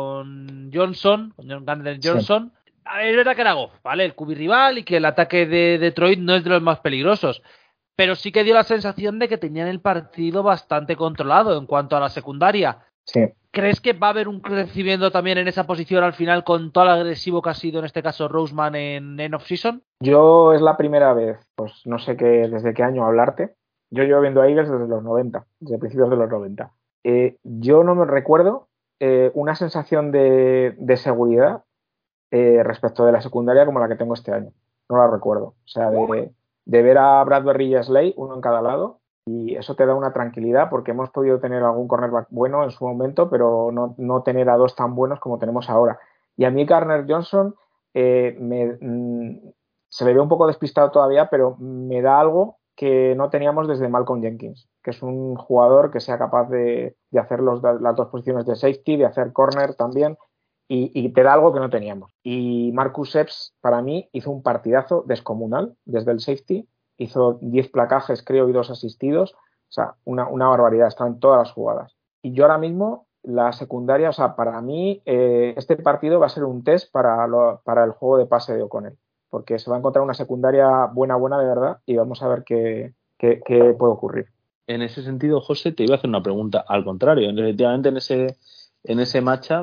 con Johnson, con Gardner Johnson. Sí. Es verdad que era Goff, ¿vale? El cubi rival y que el ataque de Detroit no es de los más peligrosos. Pero sí que dio la sensación de que tenían el partido bastante controlado en cuanto a la secundaria. Sí. ¿Crees que va a haber un crecimiento también en esa posición al final con todo lo agresivo que ha sido en este caso Roseman en, en off-season? Yo es la primera vez, pues no sé qué, desde qué año hablarte. Yo llevo viendo a Eagles desde los noventa, desde principios de los noventa. Eh, yo no me recuerdo eh, una sensación de, de seguridad eh, respecto de la secundaria como la que tengo este año. No la recuerdo. O sea, de, de ver a Bradbury y a Slay, uno en cada lado, y eso te da una tranquilidad porque hemos podido tener algún cornerback bueno en su momento, pero no, no tener a dos tan buenos como tenemos ahora. Y a mí Gardner Johnson eh, me, mm, se le ve un poco despistado todavía, pero me da algo que no teníamos desde Malcolm Jenkins, que es un jugador que sea capaz de, de hacer los, las dos posiciones de safety, de hacer corner también, y, y te da algo que no teníamos. Y Marcus Epps, para mí, hizo un partidazo descomunal desde el safety. Hizo diez placajes, creo, y dos asistidos. O sea, una, una barbaridad. Está en todas las jugadas. Y yo ahora mismo, la secundaria, o sea, para mí, eh, este partido va a ser un test para, lo, para el juego de pase de O'Connell. Porque se va a encontrar una secundaria buena, buena de verdad, y vamos a ver qué, qué, qué puede ocurrir. En ese sentido, José, te iba a hacer una pregunta. Al contrario, efectivamente, en ese, en ese matchup,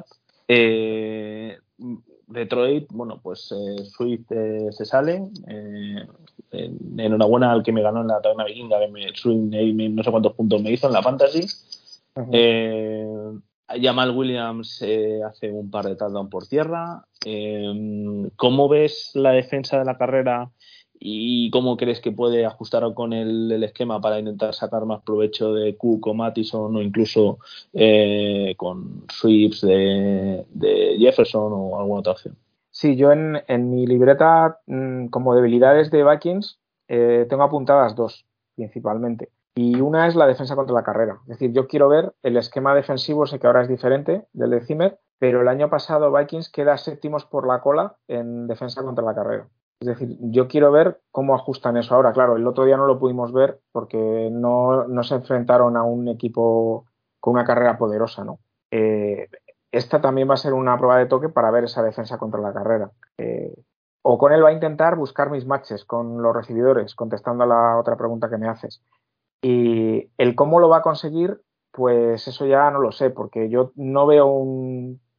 eh, Detroit, bueno, pues eh, Swift eh, se sale. Eh, en, enhorabuena al que me ganó en la taberna vikinga, que me, Swift, no sé cuántos puntos me hizo en la fantasy. Uh-huh. eh, Jamal Williams eh, hace un par de touchdowns por tierra. Eh, ¿Cómo ves la defensa de la carrera y cómo crees que puede ajustar con el, el esquema para intentar sacar más provecho de Cook o Mattison o incluso eh, con sweeps de, de Jefferson o alguna otra opción? Sí, yo en, en mi libreta mmm, como debilidades de Vikings eh, tengo apuntadas dos principalmente. Y una es la defensa contra la carrera. Es decir, yo quiero ver el esquema defensivo, sé que ahora es diferente del de Zimmer, pero el año pasado Vikings queda séptimos por la cola en defensa contra la carrera. Es decir, yo quiero ver cómo ajustan eso ahora. Claro, el otro día no lo pudimos ver porque no, no se enfrentaron a un equipo con una carrera poderosa, ¿no? Eh, esta también va a ser una prueba de toque para ver esa defensa contra la carrera. Eh, O'Connell va a intentar buscar mis matches con los recibidores, contestando a la otra pregunta que me haces. Y el cómo lo va a conseguir, pues eso ya no lo sé, porque yo no veo un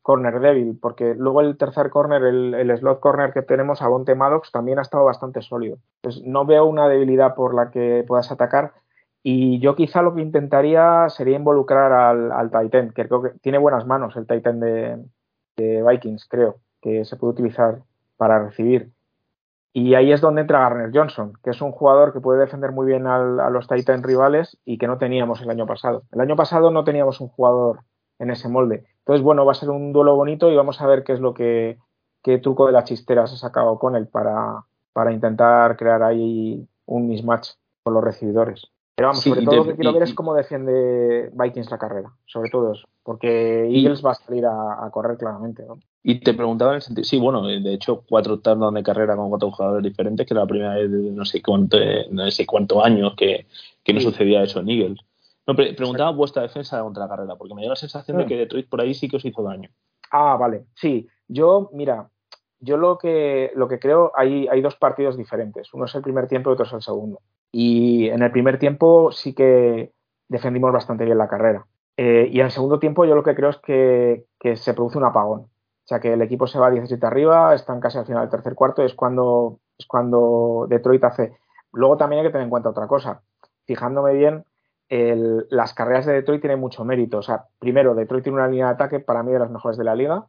corner débil, porque luego el tercer corner, el, el slot corner que tenemos, Avonte Maddox, también ha estado bastante sólido. Entonces, no veo una debilidad por la que puedas atacar. Y yo quizá lo que intentaría sería involucrar al, al tight end, que creo que tiene buenas manos el tight end de, de Vikings, creo, que se puede utilizar para recibir. Y ahí es donde entra Garner Johnson, que es un jugador que puede defender muy bien al, a los tight end rivales y que no teníamos el año pasado. El año pasado no teníamos un jugador en ese molde. Entonces, bueno, va a ser un duelo bonito y vamos a ver qué es lo que, qué truco de la chistera se ha sacado con él para, para intentar crear ahí un mismatch con los recibidores. Pero vamos, Sí, sobre y todo te- lo que quiero y- ver es y- cómo defiende Vikings la carrera, sobre todo eso, porque Y- Eagles va a salir a, a correr claramente, ¿no? Y te preguntaba en el sentido, sí, bueno, de hecho, cuatro touchdowns de carrera con cuatro jugadores diferentes, que era la primera vez de no sé cuánto, no sé cuántos años que, que no Sí. sucedía eso en Eagles. No, pre- preguntaba vuestra defensa contra la carrera, porque me dio la sensación de Mm. que Detroit por ahí sí que os hizo daño. Ah, vale, sí. Yo, mira, yo lo que, lo que creo, hay, hay dos partidos diferentes. Uno es el primer tiempo y otro es el segundo. Y en el primer tiempo sí que defendimos bastante bien la carrera. Eh, y en el segundo tiempo yo lo que creo es que, que se produce un apagón. O sea, que el equipo se va diecisiete arriba, están casi al final del tercer cuarto y es cuando, es cuando Detroit hace... Luego también hay que tener en cuenta otra cosa. Fijándome bien, el, las carreras de Detroit tienen mucho mérito. O sea, primero, Detroit tiene una línea de ataque para mí de las mejores de la liga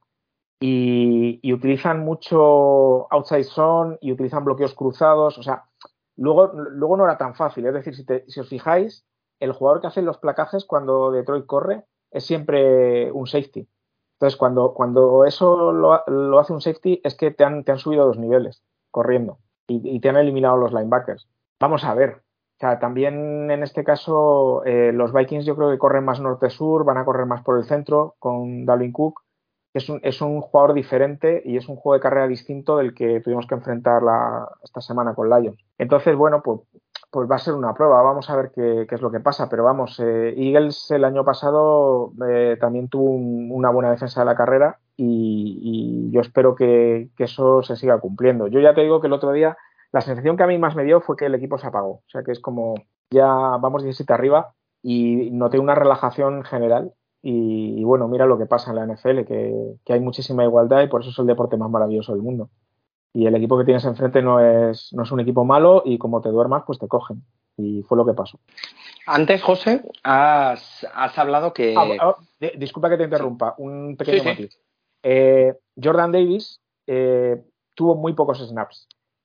y, y utilizan mucho outside zone y utilizan bloqueos cruzados. O sea, luego, luego no era tan fácil. Es decir, si, te, si os fijáis, el jugador que hace los placajes cuando Detroit corre es siempre un safety. Entonces, cuando, cuando eso lo, lo hace un safety es que te han, te han subido dos niveles corriendo y, y te han eliminado los linebackers. Vamos a ver. O sea, también en este caso eh, los Vikings yo creo que corren más norte-sur, van a correr más por el centro con Dalvin Cook. Es un, es un jugador diferente y es un juego de carrera distinto del que tuvimos que enfrentar la, esta semana con Lions. Entonces, bueno, pues, pues va a ser una prueba. Vamos a ver qué, qué es lo que pasa. Pero vamos, eh, Eagles el año pasado eh, también tuvo un, una buena defensa de la carrera y, y yo espero que, que eso se siga cumpliendo. Yo ya te digo que el otro día la sensación que a mí más me dio fue que el equipo se apagó. O sea, que es como ya vamos diecisiete arriba y noté una relajación general. Y, y bueno, mira lo que pasa en la N F L, que, que hay muchísima igualdad y por eso es el deporte más maravilloso del mundo. Y el equipo que tienes enfrente no es, no es un equipo malo y como te duermas, pues te cogen. Y fue lo que pasó. Antes, José, has, has hablado que... Ah, ah, de, disculpa que te interrumpa, sí. Un pequeño sí, sí. matiz. Eh, Jordan Davis eh, tuvo muy pocos snaps.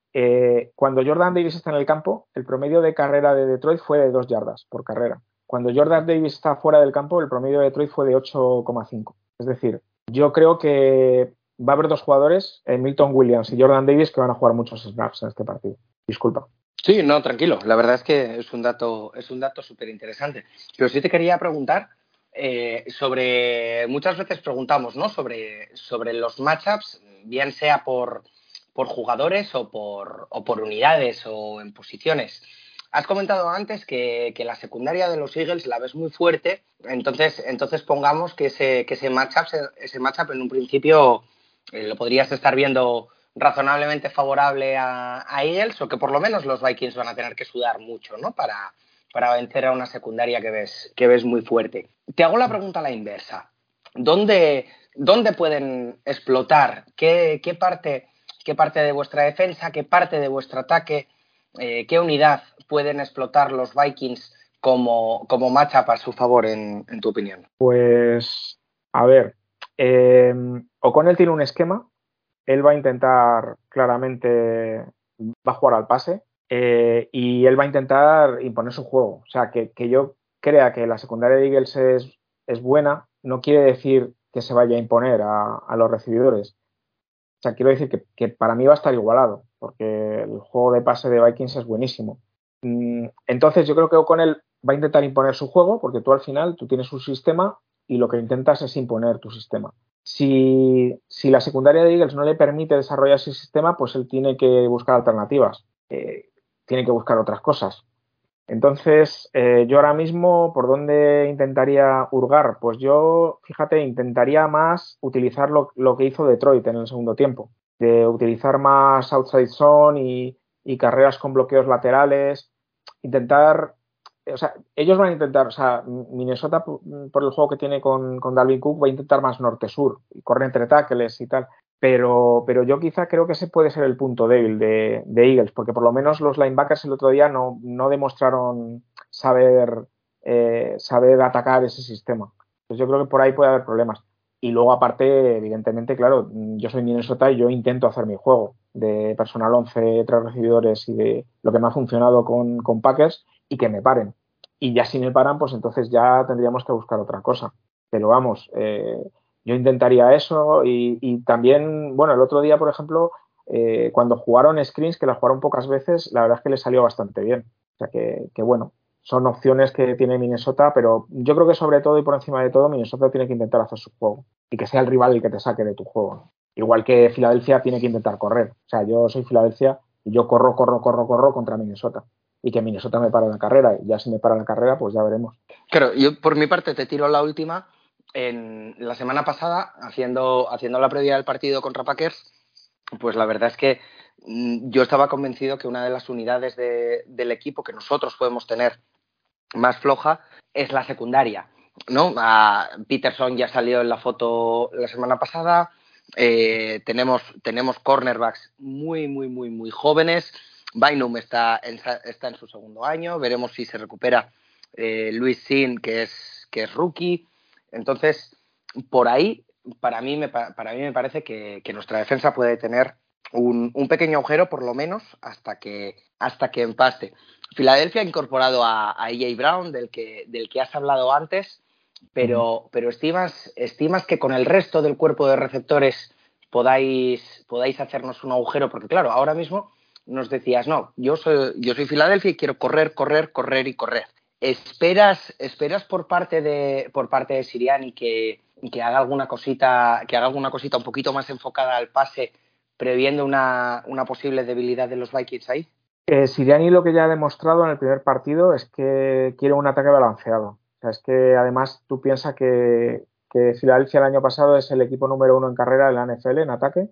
Eh, cuando Jordan Davis está en el campo, el promedio de carrera de Detroit fue de dos yardas por carrera. Cuando Jordan Davis está fuera del campo, el promedio de Detroit fue de ocho coma cinco. Es decir, yo creo que va a haber dos jugadores, eh, Milton Williams y Jordan Davis, que van a jugar muchos snaps en este partido. Disculpa. Sí, no, tranquilo. La verdad es que es un dato, es un dato súper interesante. Pero sí te quería preguntar eh, sobre, muchas veces preguntamos, ¿no? Sobre, sobre los matchups, bien sea por, por jugadores o por, o por unidades o en posiciones. Has comentado antes que, que la secundaria de los Eagles la ves muy fuerte, entonces, entonces pongamos que ese, que ese matchup, ese matchup en un principio eh, lo podrías estar viendo razonablemente favorable a, a Eagles, o que por lo menos los Vikings van a tener que sudar mucho, ¿no? Para, para vencer a una secundaria que ves, que ves muy fuerte. Te hago la pregunta a la inversa. ¿Dónde, dónde pueden explotar? ¿Qué, qué, parte, ¿Qué parte de vuestra defensa, qué parte de vuestro ataque, eh, qué unidad pueden explotar los Vikings como, como matchup a su favor, en, en tu opinión? Pues, a ver, eh, O'Connell tiene un esquema. Él va a intentar, claramente, va a jugar al pase eh, y él va a intentar imponer su juego. O sea, que, que yo crea que la secundaria de Eagles es, es buena, no quiere decir que se vaya a imponer a, a los recibidores. O sea, quiero decir que, que para mí va a estar igualado, porque el juego de pase de Vikings es buenísimo. Entonces, yo creo que O'Connell va a intentar imponer su juego, porque tú al final tú tienes un sistema y lo que intentas es imponer tu sistema. Si, si la secundaria de Eagles no le permite desarrollar ese sistema, pues él tiene que buscar alternativas, eh, tiene que buscar otras cosas. Entonces, eh, yo ahora mismo, ¿por dónde intentaría hurgar? Pues yo, fíjate, intentaría más utilizar lo, lo que hizo Detroit en el segundo tiempo, de utilizar más outside zone y, y carreras con bloqueos laterales, intentar... O sea, ellos van a intentar, o sea, Minnesota por el juego que tiene con, con Dalvin Cook va a intentar más norte-sur, corre entre tackles y tal. Pero, pero yo quizá creo que ese puede ser el punto débil de, de Eagles, porque por lo menos los linebackers el otro día no, no demostraron saber, eh, saber atacar ese sistema. Pues yo creo que por ahí puede haber problemas. Y luego, aparte, evidentemente, claro, yo soy Minnesota y yo intento hacer mi juego de personal once, tres recibidores y de lo que me ha funcionado con, con Packers y que me paren. Y ya si me paran, pues entonces ya tendríamos que buscar otra cosa. Pero vamos, eh, yo intentaría eso y, y también, bueno, el otro día, por ejemplo, eh, cuando jugaron screens, que la jugaron pocas veces, la verdad es que les salió bastante bien. O sea que, que bueno, son opciones que tiene Minnesota, pero yo creo que sobre todo y por encima de todo, Minnesota tiene que intentar hacer su juego y que sea el rival el que te saque de tu juego. Igual que Filadelfia tiene que intentar correr. O sea, yo soy Filadelfia y yo corro, corro, corro, corro contra Minnesota. Y que Minnesota me para la carrera. Y ya si me para la carrera, pues ya veremos. Claro, yo por mi parte te tiro la última. En la semana pasada, haciendo, haciendo la previa del partido contra Packers, pues la verdad es que mmm, yo estaba convencido que una de las unidades de, del equipo que nosotros podemos tener más floja es la secundaria, ¿no? A Peterson ya salió en la foto la semana pasada, eh, tenemos, tenemos cornerbacks muy, muy, muy, muy jóvenes. Bynum está en, está en su segundo año, veremos si se recupera eh, Luis Sin, que es, que es rookie. Entonces, por ahí, para mí me, para mí me parece que, que nuestra defensa puede tener un, un pequeño agujero, por lo menos, hasta que, hasta que empaste. Filadelfia ha incorporado a, a A J Brown, del que, del que has hablado antes, pero, pero estimas, estimas que con el resto del cuerpo de receptores podáis, podáis hacernos un agujero, porque claro, ahora mismo nos decías, no, yo soy, yo soy Filadelfia y quiero correr, correr, correr y correr. ¿Esperas, esperas por parte de por parte de Sirianni que, que haga alguna cosita, que haga alguna cosita un poquito más enfocada al pase, previendo una, una posible debilidad de los Vikings ahí? Eh, Sirianni lo que ya ha demostrado en el primer partido es que quiere un ataque balanceado. O sea, es que además tú piensas que, que Filadelfia el año pasado es el equipo número uno en carrera de la N F L en ataque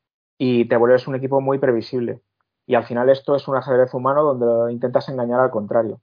y te vuelves un equipo muy previsible. Y al final esto es un ajedrez humano donde intentas engañar al contrario.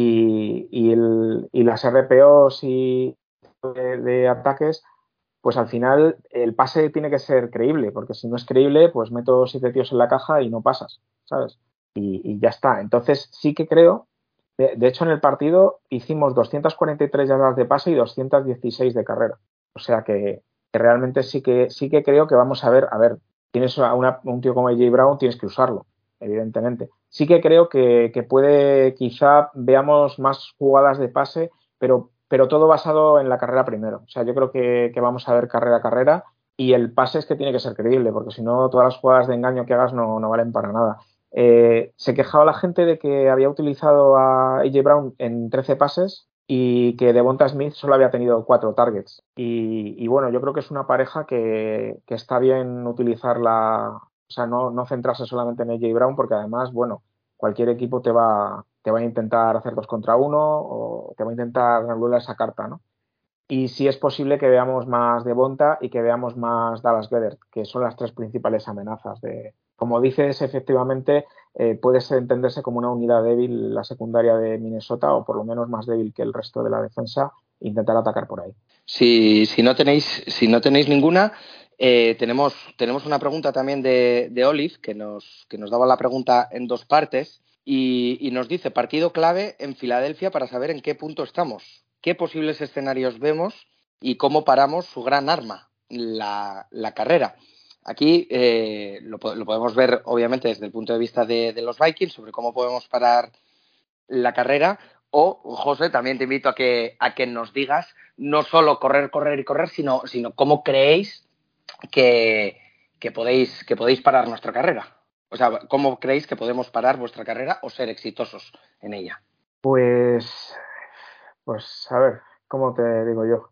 Y, y, el, y las R P Os y de, de ataques, pues al final el pase tiene que ser creíble, porque si no es creíble, pues meto siete tíos en la caja y no pasas, ¿sabes? Y, y ya está. Entonces sí que creo, de, de hecho en el partido hicimos doscientas cuarenta y tres yardas de pase y doscientas dieciséis de carrera. O sea que, que realmente sí que sí que creo que vamos a ver, a ver, tienes a una, un tío como A J Brown, tienes que usarlo, evidentemente. Sí que creo que, que puede, quizá veamos más jugadas de pase, pero, pero todo basado en la carrera primero. O sea, yo creo que, que vamos a ver carrera a carrera y el pase es que tiene que ser creíble, porque si no todas las jugadas de engaño que hagas no, no valen para nada. Eh, se quejaba la gente de que había utilizado a A J Brown en trece pases y que Devonta Smith solo había tenido cuatro targets. Y, y bueno, yo creo que es una pareja que, que está bien utilizarla, o sea, no, no centrarse solamente en A J Brown, porque además, bueno, cualquier equipo te va, te va a intentar hacer dos contra uno o te va a intentar anular esa carta, ¿no? Y sí es posible que veamos más Devonta y que veamos más Dallas Goedert, que son las tres principales amenazas. De, como dices, efectivamente, eh, puede entenderse como una unidad débil la secundaria de Minnesota, o por lo menos más débil que el resto de la defensa, e intentar atacar por ahí. Si, si, no, tenéis, si no tenéis ninguna, eh, tenemos, tenemos una pregunta también de, de Olive, que nos, que nos daba la pregunta en dos partes, y, y nos dice, partido clave en Filadelfia para saber en qué punto estamos, qué posibles escenarios vemos y cómo paramos su gran arma, la, la carrera. Aquí eh, lo, lo podemos ver, obviamente, desde el punto de vista de, de los Vikings, sobre cómo podemos parar la carrera. O, José, también te invito a que, a que nos digas no solo correr, correr y correr, sino, sino cómo creéis que, que, podéis, que podéis parar nuestra carrera. O sea, ¿cómo creéis que podemos parar vuestra carrera o ser exitosos en ella? Pues, pues a ver, ¿cómo te digo yo?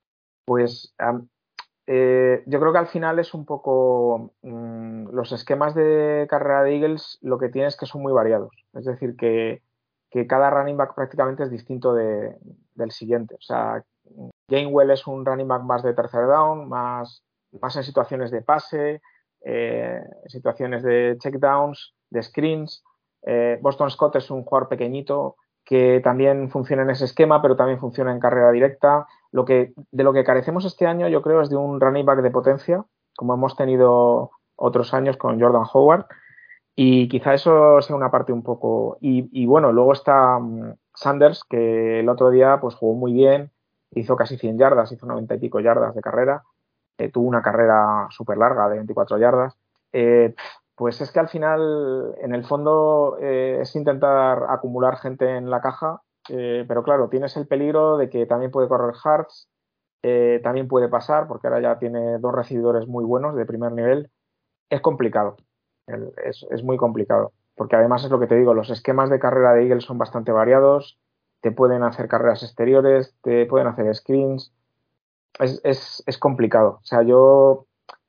Pues um, eh, yo creo que al final es un poco mmm, los esquemas de carrera de Eagles, lo que tiene es que son muy variados. Es decir, que, que cada running back prácticamente es distinto de, del siguiente. O sea, Gainwell es un running back más de tercer down, más, más en situaciones de pase, eh, situaciones de checkdowns, de screens. Eh, Boston Scott es un jugador pequeñito que también funciona en ese esquema, pero también funciona en carrera directa. Lo que, de lo que carecemos este año, yo creo, es de un running back de potencia, como hemos tenido otros años con Jordan Howard, y quizá eso sea una parte un poco... Y, y bueno, luego está um, Sanders, que el otro día pues jugó muy bien, hizo casi cien yardas, hizo noventa y pico yardas de carrera, eh, tuvo una carrera súper larga de veinticuatro yardas. Eh, pues es que al final, en el fondo, eh, es intentar acumular gente en la caja, eh, pero claro, tienes el peligro de que también puede correr Hartz, eh, también puede pasar, porque ahora ya tiene dos recibidores muy buenos de primer nivel. Es complicado, el, es, es muy complicado, porque además es lo que te digo, los esquemas de carrera de Eagles son bastante variados, te pueden hacer carreras exteriores, te pueden hacer screens, es, es, es complicado. O sea, yo,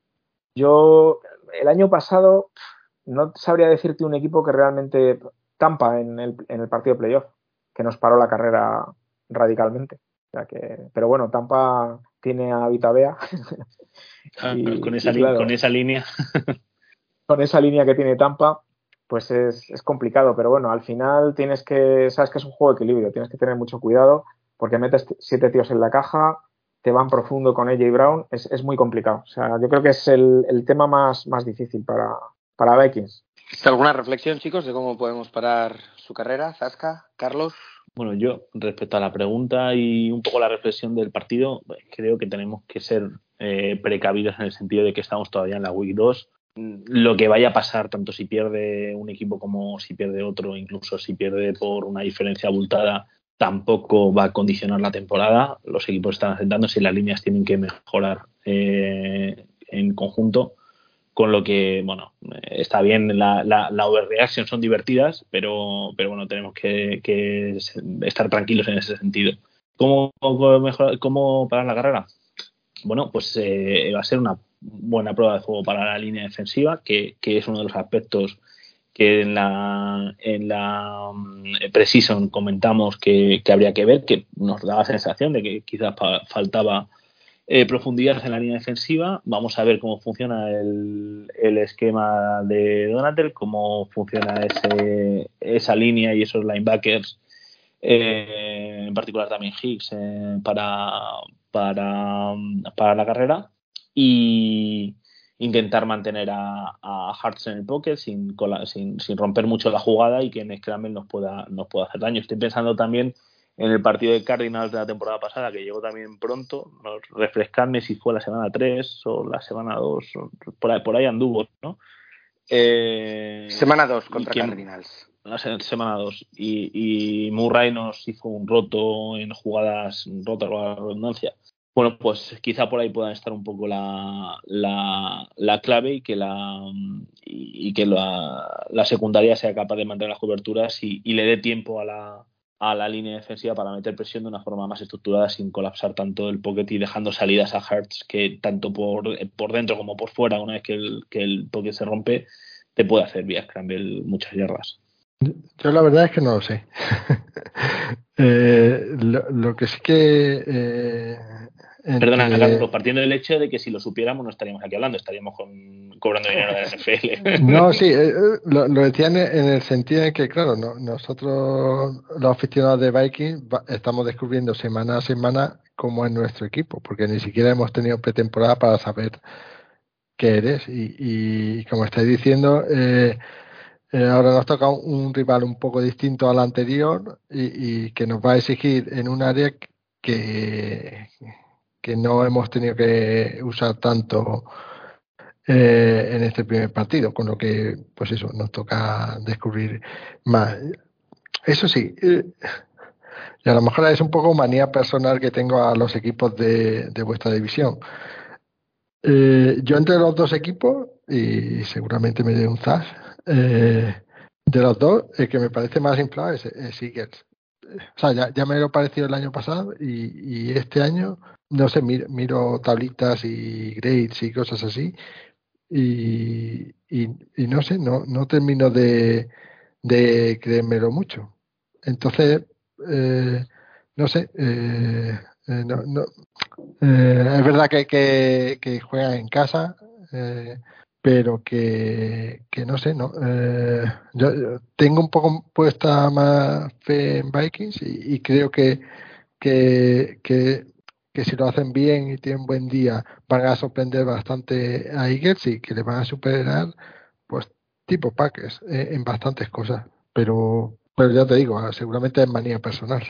yo el año pasado no sabría decirte un equipo que realmente... Tampa en el, en el partido de playoff, que nos paró la carrera radicalmente. O sea que, pero bueno, Tampa tiene a Vita Vea. Ah, y, con, esa y claro, con esa línea. con esa línea que tiene Tampa, pues es, es complicado. Pero bueno, al final tienes que, sabes que es un juego de equilibrio, tienes que tener mucho cuidado porque metes siete tíos en la caja, te van profundo con A J Brown, es, es muy complicado. O sea, yo creo que es el, el tema más, más difícil para, para Vikings. ¿Alguna reflexión, chicos, de cómo podemos parar su carrera? Zasca, Carlos. Bueno, yo, respecto a la pregunta y un poco la reflexión del partido, creo que tenemos que ser eh, precavidos en el sentido de que estamos todavía en la Week dos. Lo que vaya a pasar, tanto si pierde un equipo como si pierde otro, incluso si pierde por una diferencia abultada, tampoco va a condicionar la temporada. Los equipos están asentándose y las líneas tienen que mejorar eh, en conjunto. Con lo que, bueno, está bien, la, la, la overreaction son divertidas, pero, pero bueno, tenemos que, que estar tranquilos en ese sentido. ¿Cómo, cómo, mejorar, cómo parar la carrera? Bueno, pues eh, va a ser una buena prueba de juego para la línea defensiva, que, que es uno de los aspectos que en la, en la um, pre-season comentamos que, que habría que ver, que nos daba la sensación de que quizás pa- faltaba Eh, profundidad en la línea defensiva. Vamos a ver cómo funciona el, el esquema de Donatel, cómo funciona ese, esa línea y esos linebackers, eh, en particular también Higgs, eh, para, para, para la carrera, y intentar mantener a, a Hartz en el pocket sin, sin, sin romper mucho la jugada y que en Scramble nos pueda, nos pueda hacer daño. Estoy pensando también en el partido de Cardinals de la temporada pasada, que llegó también pronto, no, refrescarme si fue la semana tres o la semana dos, por ahí, por ahí anduvo, ¿no? Eh, semana dos contra que, Cardinals. La semana dos. Y, y Murray nos hizo un roto en jugadas rotas, a la redundancia. Bueno, pues quizá por ahí pueda estar un poco la, la, la clave y que la y, y que la, la secundaria sea capaz de mantener las coberturas y, y le dé tiempo a la a la línea defensiva para meter presión de una forma más estructurada sin colapsar tanto el pocket y dejando salidas a Hertz que tanto por, por dentro como por fuera, una vez que el, que el pocket se rompe, te puede hacer vía scramble muchas yardas. Yo la verdad es que no lo sé. eh, lo, lo que sí que... Eh, entre... Perdona, Carlos, partiendo del hecho de que si lo supiéramos no estaríamos aquí hablando, estaríamos con, cobrando dinero de la N F L. No, sí, eh, lo, lo decía en, en el sentido de que, claro, no, nosotros los aficionados de Vikings va, estamos descubriendo semana a semana cómo es nuestro equipo, porque ni siquiera hemos tenido pretemporada para saber qué eres. Y, y como estáis diciendo, eh, eh, ahora nos toca un, un rival un poco distinto al anterior y, y que nos va a exigir en un área que, que no hemos tenido que usar tanto eh, en este primer partido, con lo que, pues eso, nos toca descubrir más. Eso sí, eh, y a lo mejor es un poco manía personal que tengo a los equipos de, de vuestra división. Eh, yo entre los dos equipos, y seguramente me dé un zas, eh, de los dos, el que me parece más inflado es, es Eagles. O sea, ya, ya me lo pareció el año pasado y, y este año, no sé, miro, miro tablitas y grades y cosas así y, y, y no sé, no, no termino de, de creérmelo mucho. Entonces, eh, no sé, eh, eh, no, no, eh, es verdad que, que, que juegan en casa, eh, pero que, que no sé, ¿no? Eh, yo, yo tengo un poco puesta más fe en Vikings y, y creo que, que, que, que si lo hacen bien y tienen buen día van a sorprender bastante a Eagles y que le van a superar, pues tipo Packers eh, en bastantes cosas, pero pero ya te digo, seguramente es manía personal.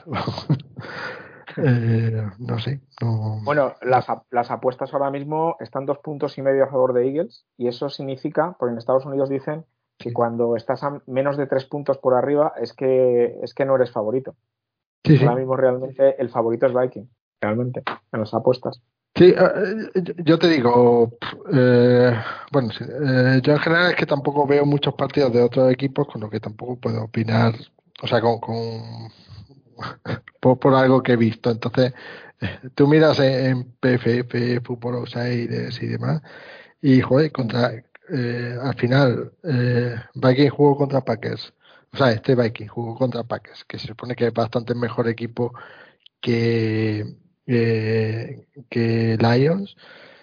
eh, no sé, no, Bueno, las, las apuestas ahora mismo están dos puntos y medio a favor de Eagles y eso significa, porque en Estados Unidos dicen que sí. cuando estás a menos de tres puntos por arriba es que es que no eres favorito. Sí, Ahora sí. mismo realmente el favorito es Viking, realmente, en las apuestas. Sí, eh, yo te digo, eh, bueno, sí, eh, yo en general es que tampoco veo muchos partidos de otros equipos, con lo que tampoco puedo opinar, o sea, con, con por, por algo que he visto. Entonces, eh, tú miras en, en P F F, Fútbol Outsiders y demás, y joder, contra, eh, al final, eh, Viking jugó contra Packers, o sea, este Viking jugó contra Packers, que se supone que es bastante mejor equipo que, eh, que Lions,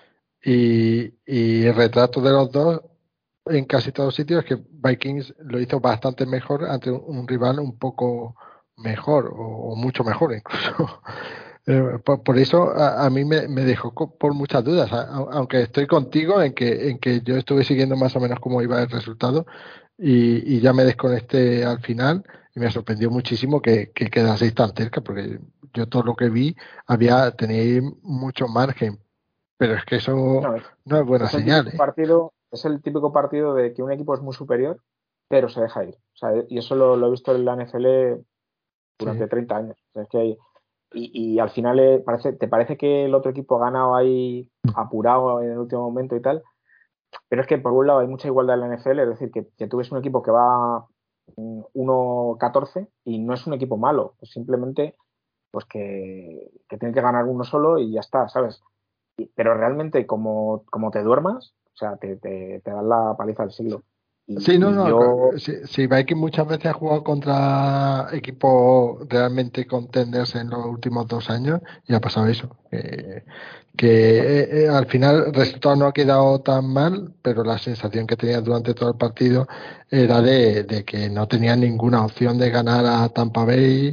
y, y el retrato de los dos en casi todos sitios es que Vikings lo hizo bastante mejor ante un, un rival un poco mejor o, o mucho mejor incluso. Eh, por, por eso a, a mí me, me dejó co- por muchas dudas, a- a- aunque estoy contigo en que en que yo estuve siguiendo más o menos cómo iba el resultado y, y ya me desconecté al final y me sorprendió muchísimo que, que quedaseis tan cerca, porque yo todo lo que vi había tenéis mucho margen, pero es que eso No, es, no es buena es el señal, típico ¿eh? partido, es el típico partido de que un equipo es muy superior, pero se deja ir. O sea, y eso lo, lo he visto en la N F L Sí. durante treinta años. O sea, es que hay, y, y al final eh, parece, te parece que el otro equipo ha ganado ahí apurado en el último momento y tal, pero es que por un lado hay mucha igualdad en la N F L, es decir, que, que tú ves un equipo que va mm, uno catorce y no es un equipo malo, es simplemente pues que, que tiene que ganar uno solo y ya está, ¿sabes? Y, pero realmente como, como te duermas, o sea, te, te, te dan la paliza del siglo. Y, Sí, no, y no. yo, Si, si Viking muchas veces ha jugado contra equipos realmente contenders en los últimos dos años y ha pasado eso. Que, que eh, eh, al final el resultado no ha quedado tan mal, pero la sensación que tenía durante todo el partido era de, de que no tenía ninguna opción de ganar a Tampa Bay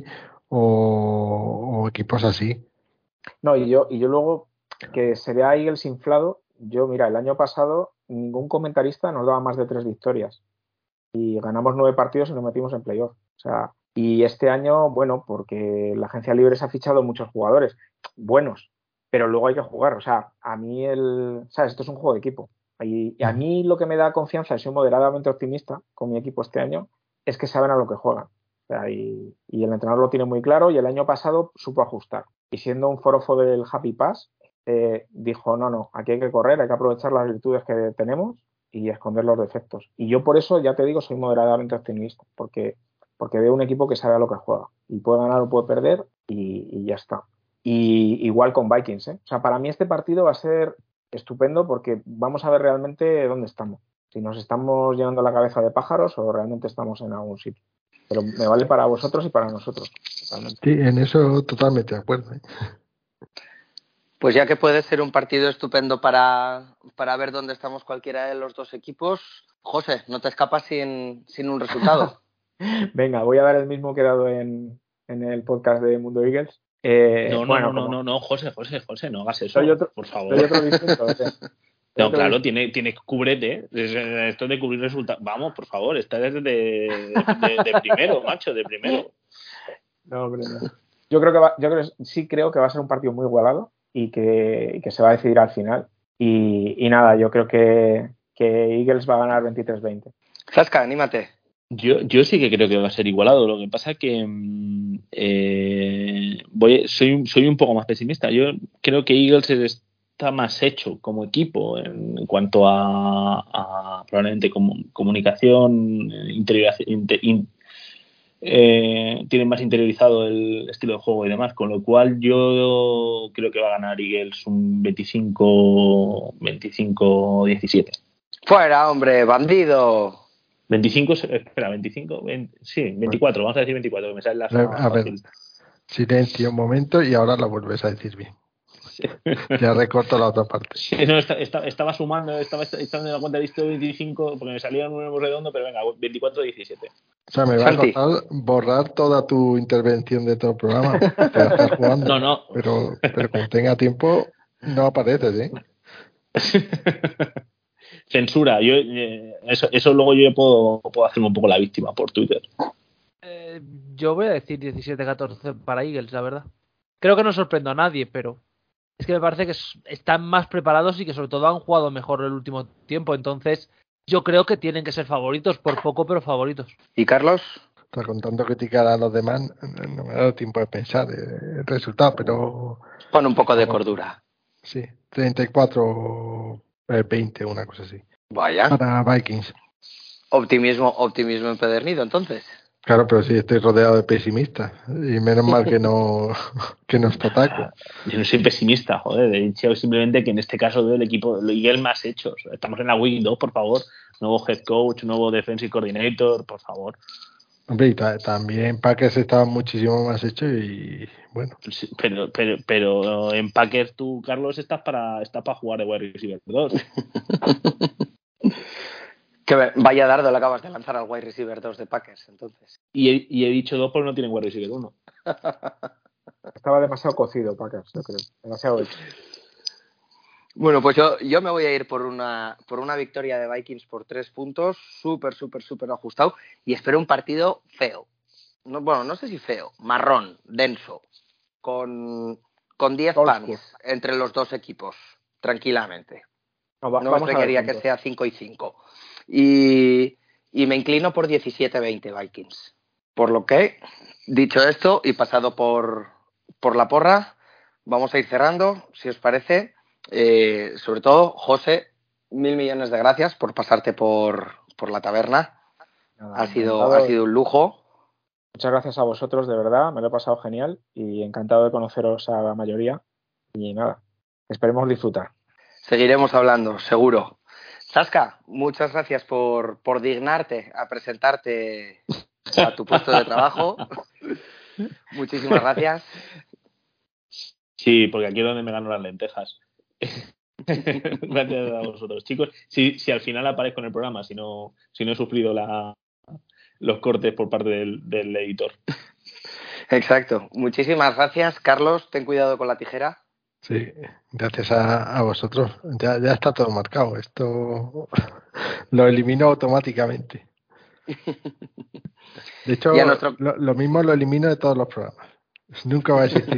o, o equipos así. no, y yo, y yo luego, que sería Eagles inflado, yo, mira, el año pasado ningún comentarista nos daba más de tres victorias. Y ganamos nueve partidos y nos metimos en playoff. O sea, y este año, bueno, porque la agencia libre se ha fichado muchos jugadores buenos, pero luego hay que jugar. O sea, a mí el, ¿sabes? Esto es un juego de equipo. Y, y a mí lo que me da confianza, y soy moderadamente optimista con mi equipo este año, es que saben a lo que juegan. O sea, y, y el entrenador lo tiene muy claro y el año pasado supo ajustar. Y siendo un forofo del Happy Pass, eh, dijo, no, no, aquí hay que correr, hay que aprovechar las virtudes que tenemos y esconder los defectos. Y yo por eso, ya te digo, soy moderadamente optimista, porque, porque veo un equipo que sabe a lo que juega y puede ganar o puede perder y, y ya está. Y igual con Vikings, ¿eh? O sea, para mí este partido va a ser estupendo porque vamos a ver realmente dónde estamos. Si nos estamos llenando la cabeza de pájaros o realmente estamos en algún sitio. Pero me vale para vosotros y para nosotros. Totalmente. Sí, en eso totalmente de acuerdo, ¿eh? Pues ya que puede ser un partido estupendo para, para ver dónde estamos cualquiera de los dos equipos, José, no te escapas sin, sin un resultado. Venga, voy a dar el mismo que he dado en, en el podcast de Mundo Eagles. Eh, No, no, bueno, no, no, como no, no, José, José, José, no hagas eso, soy otro, por soy favor. otro distinto. ¿eh? No, claro, tiene, tiene cúbrete. Esto de cubrir resultados. Vamos, por favor, está desde de, de, de primero, macho, de primero. No, hombre, no. Yo creo que va, yo creo, sí creo que va a ser un partido muy igualado y que, y que se va a decidir al final. Y, y nada, yo creo que, que Eagles va a ganar veintitrés veinte. Zasca, anímate. Yo, yo sí que creo que va a ser igualado. Lo que pasa es que eh, voy, soy, soy un poco más pesimista. Yo creo que Eagles está más hecho como equipo en, en cuanto a, a probablemente como, comunicación, interiorización, inter, in, eh, tienen más interiorizado el estilo de juego y demás, con lo cual yo creo que va a ganar Eagles un veinticinco diecisiete. Fuera, hombre, bandido. veinticinco, espera, veinticinco, veinte, sí, veinticuatro, vamos a decir veinticuatro, que me sale la zona A ver, fácil. silencio un momento y ahora la vuelves a decir bien. Ya recorto la otra parte. Sí, no, está, está, estaba sumando, estaba echando la cuenta de listo veinticinco, porque me salía un número redondo, pero venga, veinticuatro diecisiete. O sea, me va a costar borrar toda tu intervención de todo el programa. Te la estás jugando. No, no. Pero, pero como tenga tiempo, no apareces, ¿eh? Censura. Yo, eh, eso, eso luego yo puedo, puedo hacerme un poco la víctima por Twitter. Eh, yo voy a decir diecisiete catorce para Eagles, la verdad. Creo que no sorprendo a nadie, pero es que me parece que están más preparados y que sobre todo han jugado mejor el último tiempo. Entonces, yo creo que tienen que ser favoritos, por poco, pero favoritos. ¿Y Carlos? O sea, con tanto criticar a los demás, no me ha dado tiempo de pensar el resultado, pero... Pon un poco de cordura. Sí, treinta y cuatro veinte, una cosa así. Vaya. Para Vikings. Optimismo, optimismo empedernido, entonces. Claro, pero sí, estoy rodeado de pesimistas. Y menos mal que no, que no está Taco. Yo no soy pesimista, joder. He dicho simplemente que en este caso veo el equipo, lo Eagles más hechos. Estamos en la Week dos, por favor. Nuevo head coach, nuevo defensive coordinator, por favor. Hombre, y ta- también Packers estaba muchísimo más hecho y bueno. Sí, pero, pero, pero en Packers tú, Carlos, estás para, estás para jugar de wide receiver dos. Que vaya dardo le acabas de lanzar al wide receiver dos de Packers, entonces. Y he, y he dicho dos porque no tienen wide receiver uno. Estaba demasiado cocido, Packers, yo creo. Demasiado hecho. Bueno, pues yo, yo me voy a ir por una, por una victoria de Vikings por tres puntos, súper, súper, súper ajustado, y espero un partido feo. No, bueno, no sé si feo, marrón, denso, con, con diez fans entre los dos equipos, tranquilamente. No, va, no me extrañaría que sea cinco y cinco. Y, y me inclino por diecisiete veinte Vikings. Por lo que, dicho esto y pasado por, por la porra, vamos a ir cerrando, si os parece. Eh, sobre todo, José, mil millones de gracias por pasarte por, por la taberna. Nada, ha, sido, ha sido un lujo. Muchas gracias a vosotros, de verdad, me lo he pasado genial y encantado de conoceros a la mayoría. Y nada, esperemos disfrutar. Seguiremos hablando, seguro. Zasca, muchas gracias por, por dignarte a presentarte a tu puesto de trabajo. Muchísimas gracias. Sí, porque aquí es donde me gano las lentejas. Gracias a vosotros, chicos. Si, si al final aparezco en el programa, si no, si no he sufrido la, los cortes por parte del, del editor. Exacto. Muchísimas gracias, Carlos. Ten cuidado con la tijera. Sí, gracias a, a vosotros. Ya, ya está todo marcado. Esto lo elimino automáticamente. De hecho, nuestro... lo, lo mismo lo elimino de todos los programas. Nunca va a existir.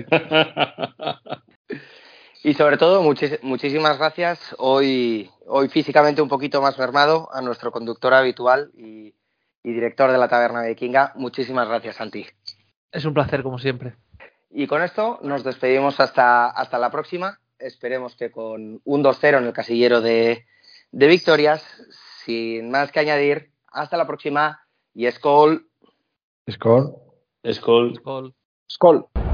Y sobre todo, muchis, muchísimas gracias. Hoy, hoy físicamente un poquito más mermado a nuestro conductor habitual y, y director de la Taberna Vikinga. Muchísimas gracias, Santi. Es un placer, como siempre. Y con esto nos despedimos hasta, hasta la próxima. Esperemos que con un dos cero en el casillero de, de victorias. Sin más que añadir, hasta la próxima y Skol. Skol. Skol. Skol. Skol.